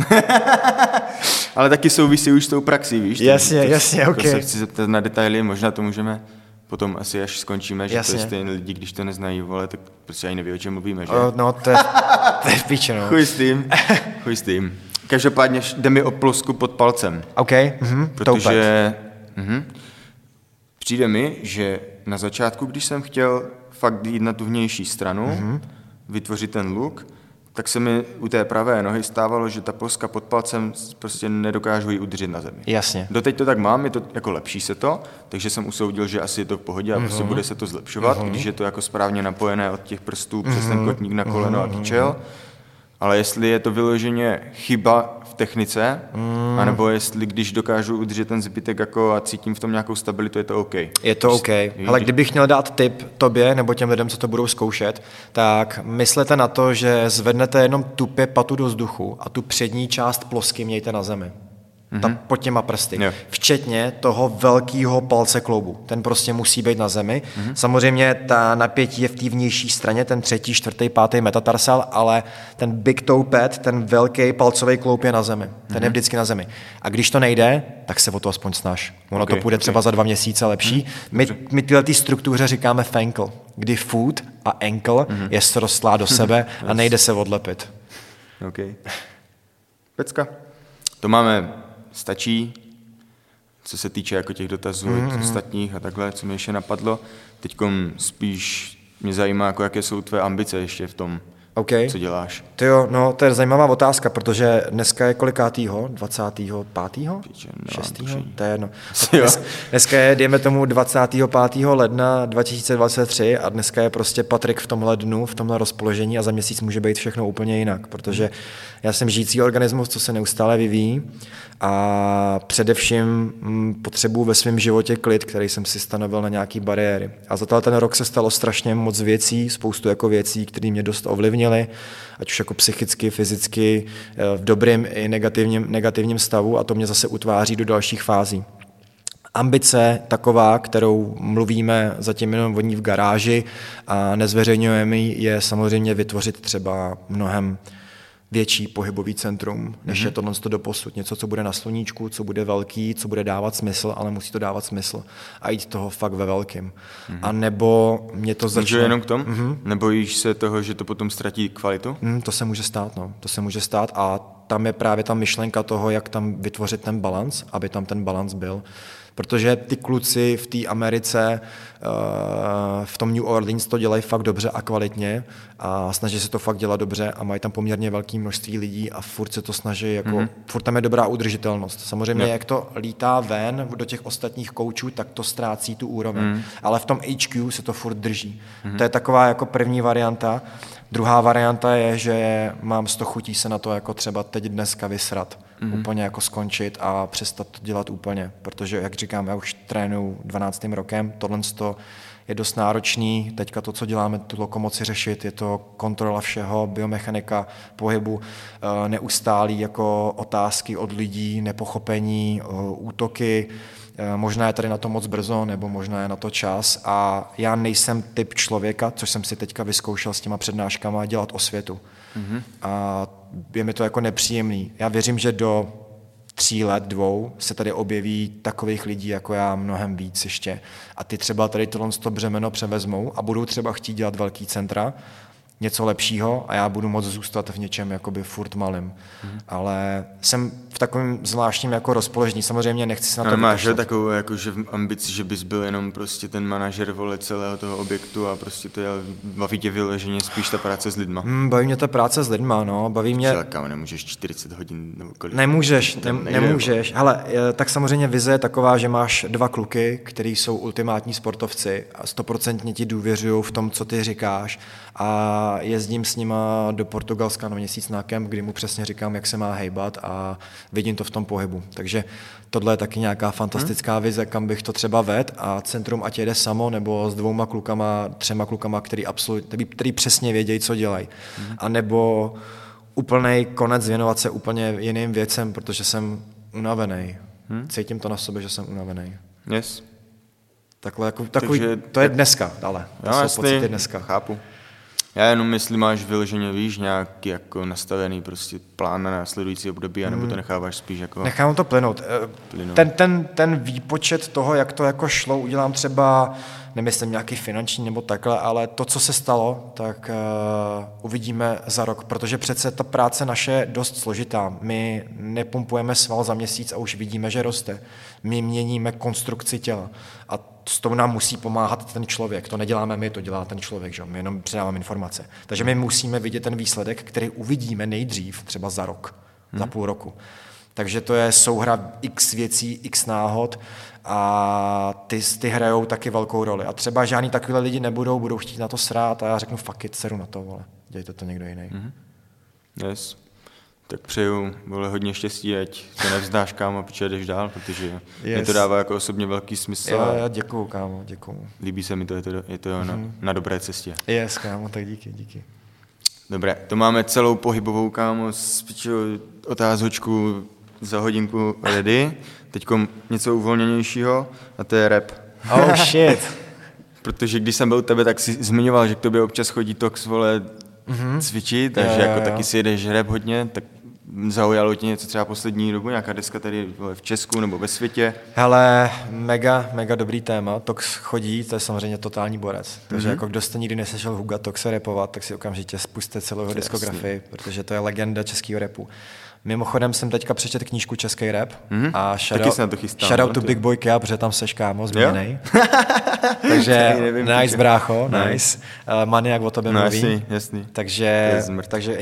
Ale taky souvisí už s tou praxí, víš? Jasně, to, jasně, to, ok. To se chci zeptat na detaily, možná to můžeme... Potom asi až skončíme, že jasně. To je stejný lidi, když to neznají, vole, tak prostě ani neví, o čem mluvíme, že? O, no, to je, to je v píči, no. Chuj s tím, chuj s tím. Každopádně jde mi o plosku pod palcem. OK, mhm, protože mhm, přijde mi, že na začátku, když jsem chtěl fakt jít na tu vnější stranu, mhm. vytvořit ten look, tak se mi u té pravé nohy stávalo, že ta ploska pod palcem prostě nedokážu ji udržet na zemi. Jasně. Doteď to tak mám, je to jako lepší se to, takže jsem usoudil, že asi je to v pohodě a mm-hmm. prostě bude se to zlepšovat, mm-hmm. když je to jako správně napojené od těch prstů mm-hmm. přes ten kotník na koleno mm-hmm. a kyčel. Ale jestli je to vyloženě chyba v technice, mm. anebo jestli když dokážu udržet ten zbytek jako a cítím v tom nějakou stabilitu, je to OK. Je to OK. Ale kdybych měl dát tip tobě nebo těm lidem, co to budou zkoušet, tak myslete na to, že zvednete jenom tupě patu do vzduchu a tu přední část plosky mějte na zemi. Mm-hmm. Ta, pod těma prsty. Jo. Včetně toho velkého palce kloubu. Ten prostě musí být na zemi. Mm-hmm. Samozřejmě ta napětí je v té vnější straně, ten třetí, čtvrtý, pátý metatarsal, ale ten big toe pad, ten velký palcový kloub je na zemi. Ten mm-hmm. je vždycky na zemi. A když to nejde, tak se o to aspoň snaž. Ono okay, to půjde okay. třeba za dva měsíce lepší. Mm-hmm. My, my tyhle ty struktuře říkáme fankle, kdy foot a ankle mm-hmm. je srostlá do sebe a nejde se odlepit. OK. Pecka. To máme, stačí, co se týče jako těch dotazů mm-hmm. ostatních a takhle, co mi ještě napadlo. Teďkom spíš mě zajímá, jako jaké jsou tvé ambice ještě v tom, okay. co děláš. To jo, no to je zajímavá otázka, protože dneska je kolikátýho? dvacátého pátého? šestého? To je jedno. Dnes, dneska je, dejme tomu, dvacátého pátého ledna dva tisíce dvacet tři a dneska je prostě Patrik v tomhle dnu, v tomhle rozpoložení a za měsíc může být všechno úplně jinak, protože já jsem žijící organismus, co se neustále vyvíjí a především potřebuji ve svém životě klid, který jsem si stanovil na nějaký bariéry. A za ten rok se stalo strašně moc věcí, spoustu jako věcí, které mě dost ovlivnily, ať už jako psychicky, fyzicky, v dobrém i negativním, negativním stavu a to mě zase utváří do dalších fází. Ambice taková, kterou mluvíme zatím jenom o ní v garáži a nezveřejňujeme ji, je samozřejmě vytvořit třeba mnohem větší pohybový centrum, než mm-hmm. je tohle doposud. Něco, co bude na sluníčku, co bude velký, co bude dávat smysl, ale musí to dávat smysl. A jít toho fakt ve velkým. Mm-hmm. A nebo mě to začne... Může jenom k tomu? Mm-hmm. Nebojíš se toho, že to potom ztratí kvalitu? Mm, to se může stát, no. To se může stát a tam je právě ta myšlenka toho, jak tam vytvořit ten balans, aby tam ten balans byl. Protože ty kluci v té Americe, v tom New Orleans to dělají fakt dobře a kvalitně a snaží se to fakt dělat dobře a mají tam poměrně velké množství lidí a furt se to snaží, jako, mm-hmm. furt tam je dobrá udržitelnost. Samozřejmě, yep. jak to lítá ven do těch ostatních koučů, tak to ztrácí tu úroveň. Mm-hmm. Ale v tom H Q se to furt drží. Mm-hmm. To je taková jako první varianta. Druhá varianta je, že mám sto chutí se na to jako třeba teď dneska vysrat. Mm-hmm. Úplně jako skončit a přestat to dělat úplně, protože, jak říkám, já už trénuju dvanáctým rokem, tohle je dost náročný, teďka to, co děláme, tu lokomoci řešit, je to kontrola všeho, biomechanika, pohybu, neustálý jako otázky od lidí, nepochopení, útoky, možná je tady na to moc brzo, nebo možná je na to čas a já nejsem typ člověka, což jsem si teďka vyzkoušel s těma přednáškama, dělat osvětu. Mm-hmm. A je mi to jako nepříjemný. Já věřím, že do tří let, dvou se tady objeví takových lidí jako já mnohem víc ještě. A ty třeba tady tohle břemeno převezmou a budou třeba chtít dělat velký centra, něco lepšího a já budu moct zůstat v něčem jakoby furt malým. Mm. Ale jsem v takovém zvláštním jako rozpoložení. Samozřejmě nechci se na to... Ale máš takovou jako, že ambici, že bys byl jenom prostě ten manažer vole celého toho objektu a prostě to je, baví tě vyloženě spíš ta práce s lidma. Mm, baví mě ta práce s lidma, no. Baví mě... Kam nemůžeš čtyřicet hodin nebo kolik? Nemůžeš, ne, nemůžeš. Hele, tak samozřejmě vize je taková, že máš dva kluky, kteří jsou ultimátní sportovci a stoprocentně ti důvěřují v tom, co ty říkáš a jezdím s nima do Portugalska na měsíc na kemp, kdy mu přesně říkám, jak se má hejbat a vidím to v tom pohybu. Takže tohle je taky nějaká fantastická hmm. vize, kam bych to třeba vedl a centrum ať jede samo nebo s dvouma klukama, třema klukama, který, absolut, který, který přesně vědějí, co dělají. Hmm. A nebo úplnej konec věnovat se úplně jiným věcem, protože jsem unavený. Hmm. Cítím to na sobě, že jsem unavený. Yes. Takhle, jako, takový, Takže, to je dneska, ale to já jsou pocity dneska. Chápu. Já jenom myslím, máš vyloženě, víš, nějaký jako nastavený prostě plán na následující období, anebo to necháváš spíš jako... Nechám to plynout. plynout. Ten, ten, ten výpočet toho, jak to jako šlo, udělám třeba, nemyslím nějaký finanční nebo takhle, ale to, co se stalo, tak uh, uvidíme za rok, protože přece ta práce naše je dost složitá. My nepumpujeme sval za měsíc a už vidíme, že roste. My měníme konstrukci těla a s tou nám musí pomáhat ten člověk. To neděláme my, to dělá ten člověk, že? My jenom předáváme informace. Takže my musíme vidět ten výsledek, který uvidíme nejdřív, třeba za rok, hmm. za půl roku. Takže to je souhra x věcí, x náhod a ty, ty hrajou taky velkou roli. A třeba žádný takovýhle lidi nebudou, budou chtít na to srát a já řeknu fuck it, seru na to, vole. Dějte to někdo jiný. Hmm. Yes. Tak přeju, vole, hodně štěstí, ať to nevzdáš, kámo, protože jdeš dál, protože yes. mě to dává jako osobně velký smysl. Jo, já děkuju, kámo, děkuju. Líbí se mi to, je to, je to mm-hmm. na, na dobré cestě. Yes, kámo, tak díky, díky. Dobré, to máme celou pohybovou, kámo, otázhočku za hodinku ready, teďko něco uvolněnějšího a to je rap. Oh shit. Protože když jsem byl u tebe, tak si zmiňoval, že k tobě občas chodí Tox, vole, mm-hmm. cvičit, takže jo, jo, jako jo. taky si jedeš rap hodně, tak zaujalo tě něco třeba poslední dobu, nějaká deska tady vole, v Česku nebo ve světě? Hele, mega, mega dobrý téma. Tox chodí, to je samozřejmě totální borec. Takže mm-hmm. jako kdo jste nikdy neslyšel Huga Toxe rapovat, tak si okamžitě spuste celou jeho diskografii, protože to je legenda českého rapu. Mimochodem jsem teďka přečet knížku Český rap mm-hmm. a shout out to Big Boy Kia, protože tam seš kámo, změnej. Takže nevím, nice brácho, nice. nice. Uh, Maniak o tobě no, mluví. Jasný, jasný. Takže, takže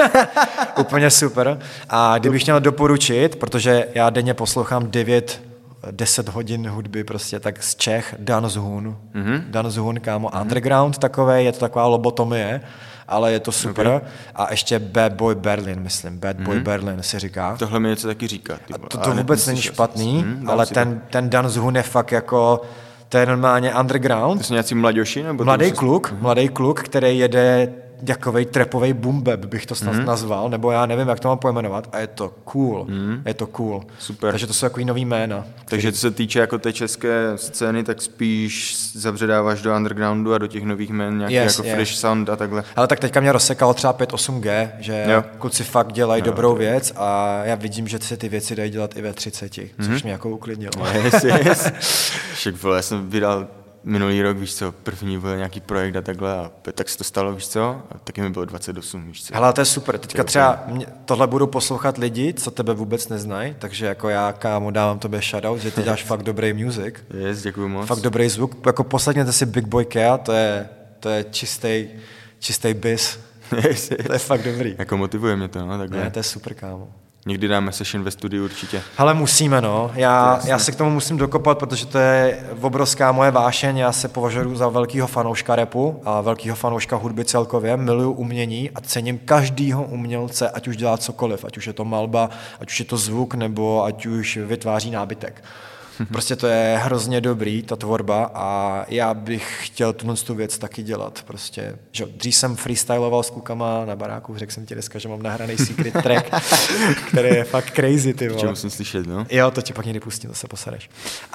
úplně super. A kdybych měl doporučit, protože já denně poslouchám devět deset hodin hudby prostě, tak z Čech Dan Zhun. Mm-hmm. Dan Zhun, kámo, mm-hmm. underground takovej, je to taková lobotomie, ale je to super. Okay. A ještě Bad Boy Berlin, myslím. Bad Boy mm-hmm. Berlin se říká. Tohle mi něco taky říká. A to, to vůbec není špatný, mm, ale ten, ten Dan Zhun je fakt jako, to je normálně underground. To jsou nějací mladěši? Nebo mladý kluk, mm-hmm. mladý kluk, který jede jakovej trapovej boom bap, bych to snad mm-hmm. nazval, nebo já nevím, jak to mám pojmenovat, a je to cool, mm-hmm. je to cool. Super. Takže to jsou takový nový jména. Takže co se týče jako té české scény, tak spíš zabředáváš do undergroundu a do těch nových jmen, nějaký yes, jako yes. fresh sound a takhle. Ale tak teďka mě rozsekalo třeba pět osm G, že jo. Kluci fakt dělají jo, dobrou okay. věc a já vidím, že se ty věci dají dělat i ve třiceti, mm-hmm. což mě jako uklidnilo. Yes, yes. Však vole, já jsem vydal minulý rok, víš co, první byl nějaký projekt a takhle a tak se to stalo, víš co, a taky mi bylo dvacet osm, víš co. Hele, to je super, teďka třeba mě, tohle budou poslouchat lidi, co tebe vůbec neznají, takže jako já, kámo, dávám tobě shoutout, že ty děláš fakt dobrý music. Yes, děkuju moc. Fakt dobrý zvuk, jako poslechněte si Big Boy Kia, to je, to je čistý, čistý biz. Yes, yes. To je fakt dobrý. Jako motivuje mě to, no, takhle. Ne, to je super, kámo. Někdy dáme session ve studiu určitě. Hele, musíme, no. Já, já se k tomu musím dokopat, protože to je obrovská moje vášeň. Já se považuji za velkýho fanouška rapu a velkýho fanouška hudby celkově. Miluju umění a cením každýho umělce, ať už dělá cokoliv, ať už je to malba, ať už je to zvuk, nebo ať už vytváří nábytek. Prostě to je hrozně dobrý, ta tvorba, a já bych chtěl tu věc taky dělat. Prostě, že dřív jsem freestyloval s klukama na baráku, řekl jsem ti dneska, že mám nahraný secret track, který je fakt crazy, ty vole. Čo musím slyšet, no? Jo, to ti pak někdy pustím, to se posereš.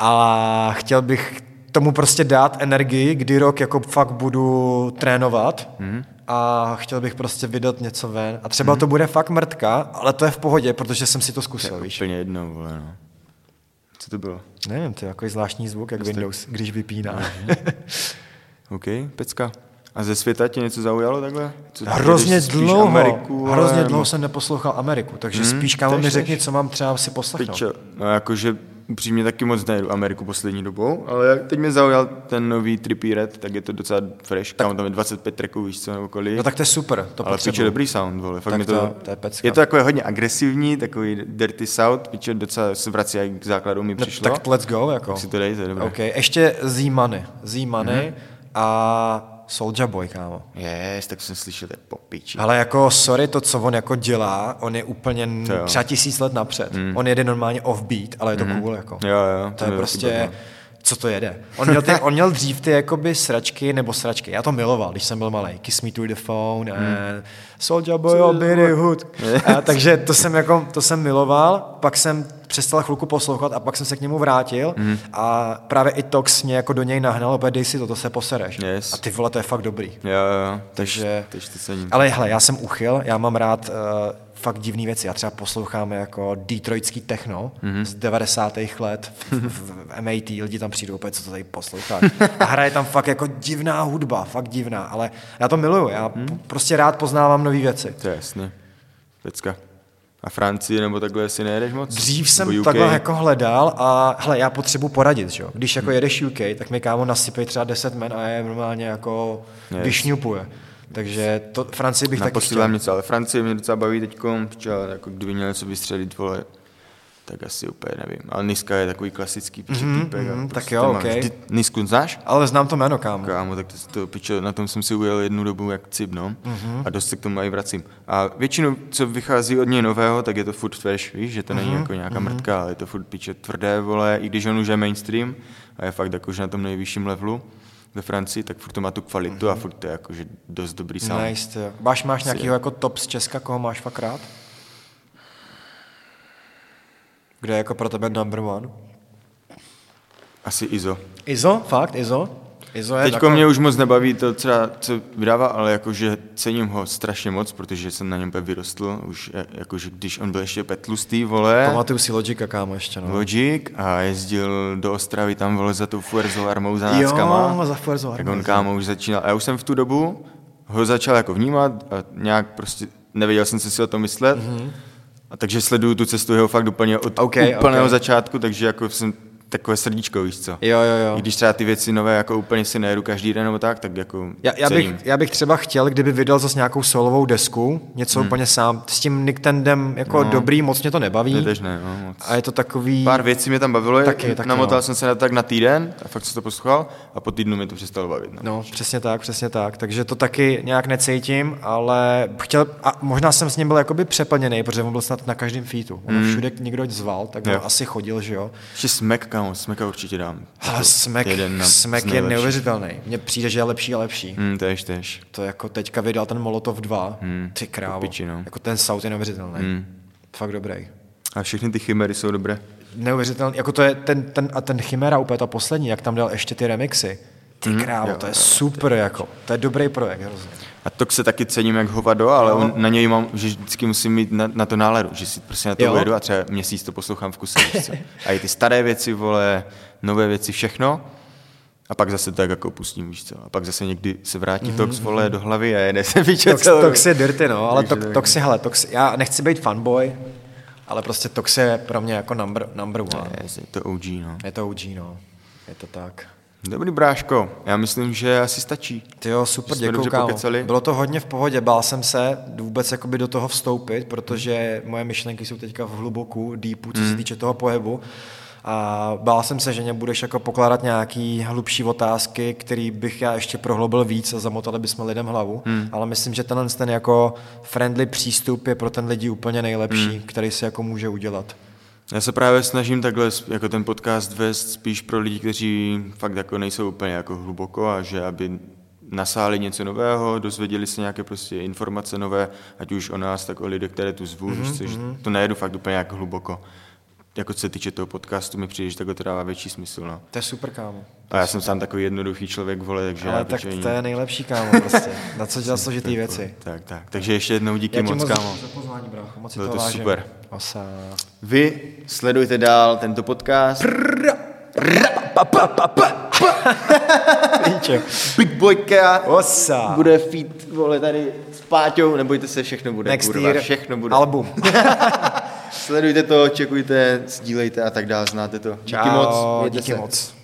A chtěl bych tomu prostě dát energii, kdy rok jako fakt budu trénovat, mm. a chtěl bych prostě vydat něco ven. A třeba mm. to bude fakt mrtka, ale to je v pohodě, protože jsem si to zkusil, víš. Úplně jedno, vole, no. Co to bylo? Nevím, to je takový zvláštní zvuk, jak Just Windows, když vypíná. OK, pecka. A ze světa tě něco zaujalo takhle? Co, hrozně dlouho, Ameriku, hrozně ale... dlouho jsem neposlouchal Ameriku, takže hmm, spíš kámo mi řekni, co mám třeba si poslechnout. Pičo, no jakože upřímně taky moc nejdu Ameriku poslední dobou, ale teď mě zaujal ten nový Trippie Redd, tak je to docela fresh, tak... kámo tam je dvacet pět tracků, víš co, nebo kolik. No tak to je super, to ale pičo, dobrý sound, vole, fakt mi to, to, to je pecka. Je to takové hodně agresivní, takový dirty sound, pičo, docela se vrací, jak k základu mi přišlo. No, tak let's go, jako. Tak si to dejte, dobré. Okay. Ještě Z-Money, Z-Money hmm. a Soulja Boy, kámo. Yes, tak jsem slyšel, to je popiči. Ale jako, sorry, to, co on jako dělá, on je úplně třeba tisíc let napřed. Mm. On jede normálně offbeat, ale je to mm. cool, jako. Jo, jo. To, to je prostě, co to jede. On měl, ty, on měl dřív ty jakoby sračky, nebo sračky, já to miloval, když jsem byl malej. Kiss me through the phone, mm. and Soulja Boy, oh, Billy Hood. A, takže to jsem, jako, to jsem miloval, pak jsem přestal chvilku poslouchat a pak jsem se k němu vrátil mm. a právě i Tox mě jako do něj nahnal, opět dej si to, to se posereš. Yes. A ty vole, to je fakt dobrý. Jo, jo, takže, tež, tež to ale hele, já jsem uchyl, já mám rád uh, fakt divný věci. Já třeba poslouchám jako detroitský techno mm-hmm. z devadesátých let v, v, v M A T, lidi tam přijdou, opět, co to tady poslouchat. A hraje tam fakt jako divná hudba, fakt divná, ale já to miluju, já mm. prostě rád poznávám nové věci. To je jasný, pecka. A Francii nebo takhle si nejedeš moc? Dřív jsem takhle jako hledal a hele, já potřebuji poradit, že jo. Když jako jedeš U K, tak mi kámo nasypej třeba deset men a je normálně jako yes. vyšňupuje. Takže to, Francii bych taky chtěl. něco, ale Francie mě docela baví teďkom, jako kdyby měl něco vystřelit, vole, tak asi úplně nevím. Ale Niska je takový klasický piče mm, týpek. Mm, tak jo, ok. Vždy, Nisku znáš? Ale znám to jméno, kámo. Kámo, tak to, to piče, na tom jsem si ujel jednu dobu jak cip, no. Mm-hmm. A dost se k tomu i vracím. A většinou, co vychází od něj nového, tak je to furt fresh, víš, že to není mm-hmm. jako nějaká mm-hmm. mrtka, ale je to furt piče tvrdé, vole, i když on už je mainstream a je fakt jakože na tom nejvyšším levelu ve Francii, tak furt to má tu kvalitu mm-hmm. a furt to je jakože dost dobrý sound. Nice, jo. Máš, máš nějakýho jako top z Česka, koho máš fakt rád? Kde je jako pro tebe number one? Asi Izo. Izo? Fakt? Izo? Izo je Teďko taková... mě už moc nebaví to třeba, co vydává, ale jakože cením ho strašně moc, protože jsem na něm úplně vyrostl, už jakože když on byl ještě úplně tlustý, vole. Pamatuju si Logika, kámo, ještě, no. Logic a jezdil do Ostravy tam, vole, za tou Fuerzou armou za náckama. Jo, za Fuerzou armou. Tak on, kámo, už začínal. A já už jsem v tu dobu ho začal jako vnímat a nějak prostě nevěděl jsem si o tom myslet. Mm-hmm. A takže sleduju tu cestu jeho fakt úplně od okay, úplného okay. začátku, takže jako jsem takové srdíčko, víš co. Jo, jo, jo. I když třeba ty věci nové jako úplně si nejedu každý den nebo tak, tak jako já, já, bych, já bych třeba chtěl, kdyby vydal zase nějakou solovou desku, něco hmm. úplně sám, s tím Nick Tandem jako no, dobrý, moc mě to nebaví. Tež ne, no, moc. A je to takový... Pár věcí mě tam bavilo, taky, taky, namotal no. jsem se na tak na týden a fakt jsem to poslouchal a po týdnu mi to přestalo bavit. No. no, přesně tak, přesně tak, takže to taky nějak necítím, ale chtěl, a možná jsem s ním byl jakoby přeplněný, protože on byl snad na každém featu. On hmm. všude někdo zval, tak on asi chodil, že jo. Ještě Smek, kámo, Smeka určitě dám. Ale Smek, Smek je neuvěřitelný. Mně přijde, že je lepší a lepší. Hmm, tež, tež. To jako teďka vydal ten Molotov dva, hmm. ty krávo. Piči, no. Jako ten sound je neuvěřitelný. Hmm. Fakt dobrý. A všechny ty chimery jsou dobré. Neuvěřitelný. Jako to je ten, ten, a ten Chimera úplně ta poslední, jak tam dal ještě ty remixy. Ty hmm. krávo, jo, to je jo, super, ty... jako. To je dobrý projekt, hrozně. A to se taky cením jak hovado, ale on, na něj mám, že vždycky musím mít na, na to náladu, že si prostě na to ujedu a třeba měsíc to poslouchám v kuse. A i ty staré věci, vole, nové věci, všechno. A pak zase tak jako pustím, víš co. A pak zase někdy se vrátí mm-hmm. Tox, vole, do hlavy a jede se píče Tox, Tox je dirty, no, ale to, Tox je, hele, Tox, já nechci být fanboy, ale prostě Tox je pro mě jako number, number one. Je, je to O G, no. Je to O G, no. Je to tak. Dobrý bráško, já myslím, že asi stačí. Ty jo, super, děkuju, kámo. Bylo to hodně v pohodě, bál jsem se vůbec jakoby do toho vstoupit, protože moje myšlenky jsou teďka v hluboku, deepu, co mm. se týče toho pohybu. A bál jsem se, že mě budeš jako pokládat nějaký hlubší otázky, který bych já ještě prohloubil víc a zamotali bychom lidem hlavu, hmm. ale myslím, že tenhle ten jako friendly přístup je pro ten lidi úplně nejlepší, hmm. který se jako může udělat. Já se právě snažím takhle jako ten podcast vést spíš pro lidi, kteří fakt jako nejsou úplně jako hluboko a že aby nasáli něco nového, dozvěděli se nějaké prostě informace nové, ať už o nás, tak o lidech, které tu zvu, mm-hmm. víš, že to nejedu fakt úplně jako hluboko. Jako co se týče toho podcastu, mi přijde, že tak to dává větší smysl, no. To je super, kámo. A já jsem sám takový jednoduchý člověk, vole, takže ale já tak pičení. to je nejlepší, kámo, prostě. Na co dělat složitý věci. Tak, tak. Takže ještě jednou díky moc, moc, kámo. za pozvání, brácho. Moc bylo to, to vážím. super. Osa. Vy sledujte dál tento podcast. Big Boyka. Osa. Bude feat, vole, tady s Páťou, nebojte se, všechno bude. Next kurva, year, všechno bude. album. Sledujte to, čekujte, sdílejte a tak dále, znáte to. Díky Čau, moc. díky se. moc.